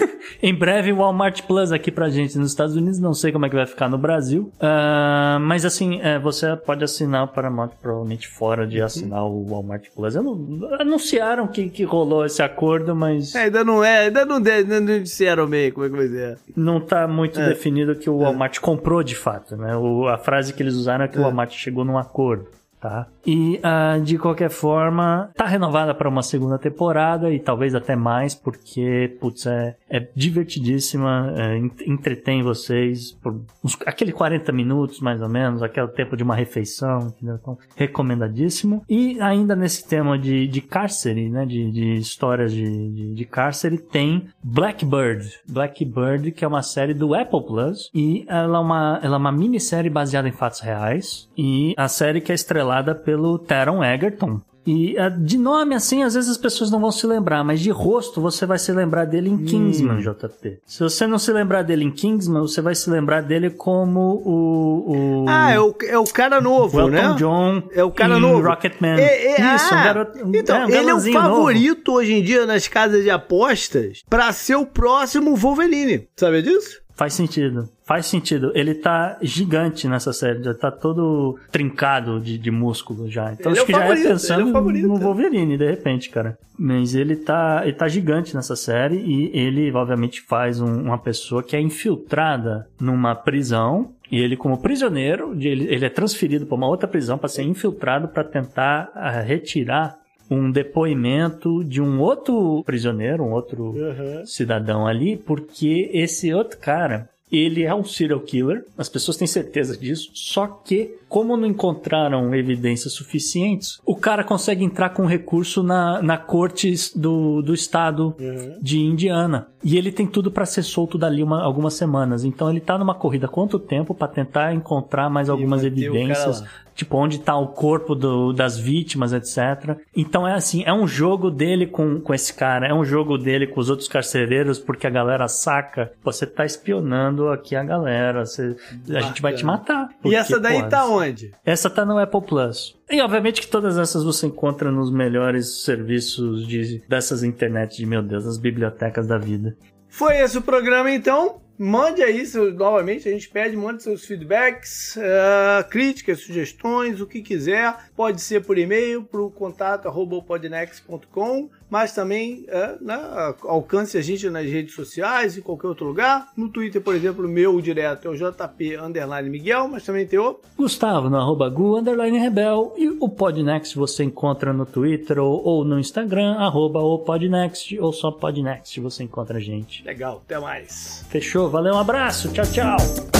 Em breve o Walmart Plus aqui pra gente nos Estados Unidos. Não sei como é que vai ficar no Brasil. Uh, mas assim, é, você pode assinar o Paramount provavelmente fora de assinar o Walmart Plus. Eu não, anunciaram que, que rolou esse acordo, mas... É, ainda não é, ainda não, ainda não disseram meio como é que vai ser. Não tá muito é. definido que o Walmart é. comprou de fato, né? O, a frase que eles usaram é que é. o Walmart chegou num acordo. Tá? E uh, de qualquer forma tá renovada para uma segunda temporada e talvez até mais, porque putz, é, é divertidíssima, é, entretém vocês por uns, aquele quarenta minutos mais ou menos, aquele tempo de uma refeição, entendeu? Então recomendadíssimo. E ainda nesse tema de, de cárcere, né, de, de histórias de, de, de cárcere, tem Blackbird Blackbird, que é uma série do Apple Plus, e ela é uma, ela é uma minissérie baseada em fatos reais, e a série que é estrelada pelo Taron Egerton. E de nome, assim, às vezes as pessoas não vão se lembrar, mas de rosto você vai se lembrar dele em Kingsman, hum. J P. Se você não se lembrar dele em Kingsman, você vai se lembrar dele como o... o... Ah, é o, é o cara novo, o né? Elton John é o cara em novo. Rocketman. É, é, Isso, ah, um garoto... Então, é, um ele é o favorito novo. hoje em dia nas casas de apostas pra ser o próximo Wolverine. Sabe disso? Faz sentido. Faz sentido. Ele tá gigante nessa série. Já tá todo trincado de, de músculo já. Então ele acho é que favorito, já é pensando é favorito, no Wolverine, de repente, cara. Mas ele tá, ele tá gigante nessa série e ele, obviamente, faz um, uma pessoa que é infiltrada numa prisão. E ele, como prisioneiro, ele, ele é transferido para uma outra prisão para ser infiltrado para tentar uh, retirar um depoimento de um outro prisioneiro, um outro uhum. cidadão ali, porque esse outro cara, ele é um serial killer, as pessoas têm certeza disso, só que, como não encontraram evidências suficientes, o cara consegue entrar com recurso na, na corte do, do estado uhum. de Indiana. E ele tem tudo pra ser solto dali uma, algumas semanas. Então ele tá numa corrida há quanto tempo pra tentar encontrar mais algumas evidências, tipo onde tá o corpo do, das vítimas, etcétera. Então é assim, é um jogo dele com, com esse cara, é um jogo dele com os outros carcereiros, porque a galera saca, você tá espionando aqui a galera, você, a gente vai te matar. Porque, e essa daí porra, tá onde? Essa tá no Apple Plus. E obviamente que todas essas você encontra nos melhores serviços de, dessas internet de, meu Deus, das bibliotecas da vida. Foi esse o programa, então. Mande aí, seu, novamente, a gente pede, mande seus feedbacks, uh, críticas, sugestões, o que quiser. Pode ser por e-mail, para o contato arroba podnext ponto com, mas também uh, né, alcance a gente nas redes sociais, em qualquer outro lugar. No Twitter, por exemplo, o meu direto é o J P underline Miguel, mas também tem o Gustavo no arroba Gu underline Rebel, e o Podnext você encontra no Twitter ou, ou no Instagram, arroba o Podnext, ou só Podnext você encontra a gente. Legal, até mais. Fechou? Valeu, um abraço, tchau, tchau.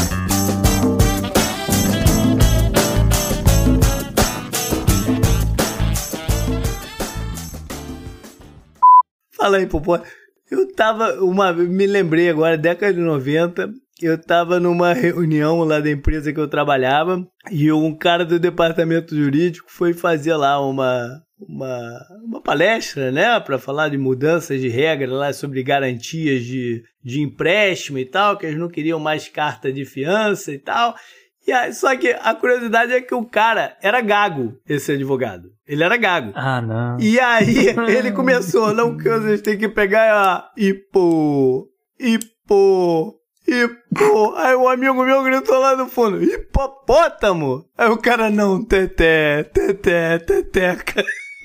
Fala aí, Popó. Eu tava, uma, me lembrei agora, década de noventa, eu tava numa reunião lá da empresa que eu trabalhava e um cara do departamento jurídico foi fazer lá uma... Uma, uma palestra, né, para falar de mudanças de regra lá sobre garantias de, de empréstimo e tal, que eles não queriam mais carta de fiança e tal. E aí, só que a curiosidade é que o cara era gago, esse advogado. Ele era gago. Ah, não. E aí, ele começou, não, que vocês têm que pegar a hipo, hipo, hipo. Aí o amigo meu gritou lá no fundo, hipopótamo. Aí o cara, não, teté, teté, teteca.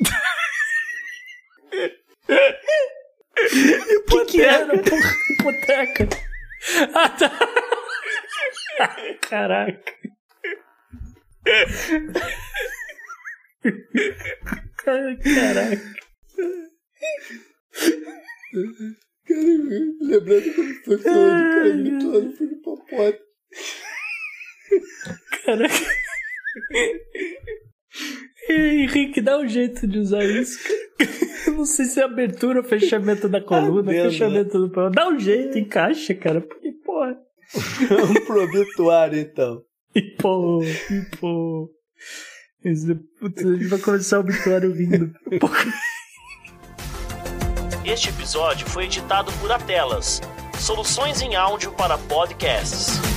O que, que era, porra? Hipoteca. Ah, tá. Caraca. Caraca. Lembrando quando foi falando de cara gritando, foi no papote. Caraca. Henrique, dá um jeito de usar isso. Eu não sei se é abertura ou fechamento da coluna, ah, fechamento do programa. Dá um jeito, encaixa, cara. Porque, porra. Vamos pro obituário, então. E pô, e pô. Putz, a gente vai começar o obituário vindo. Este episódio foi editado por Atelas, soluções em áudio para podcasts.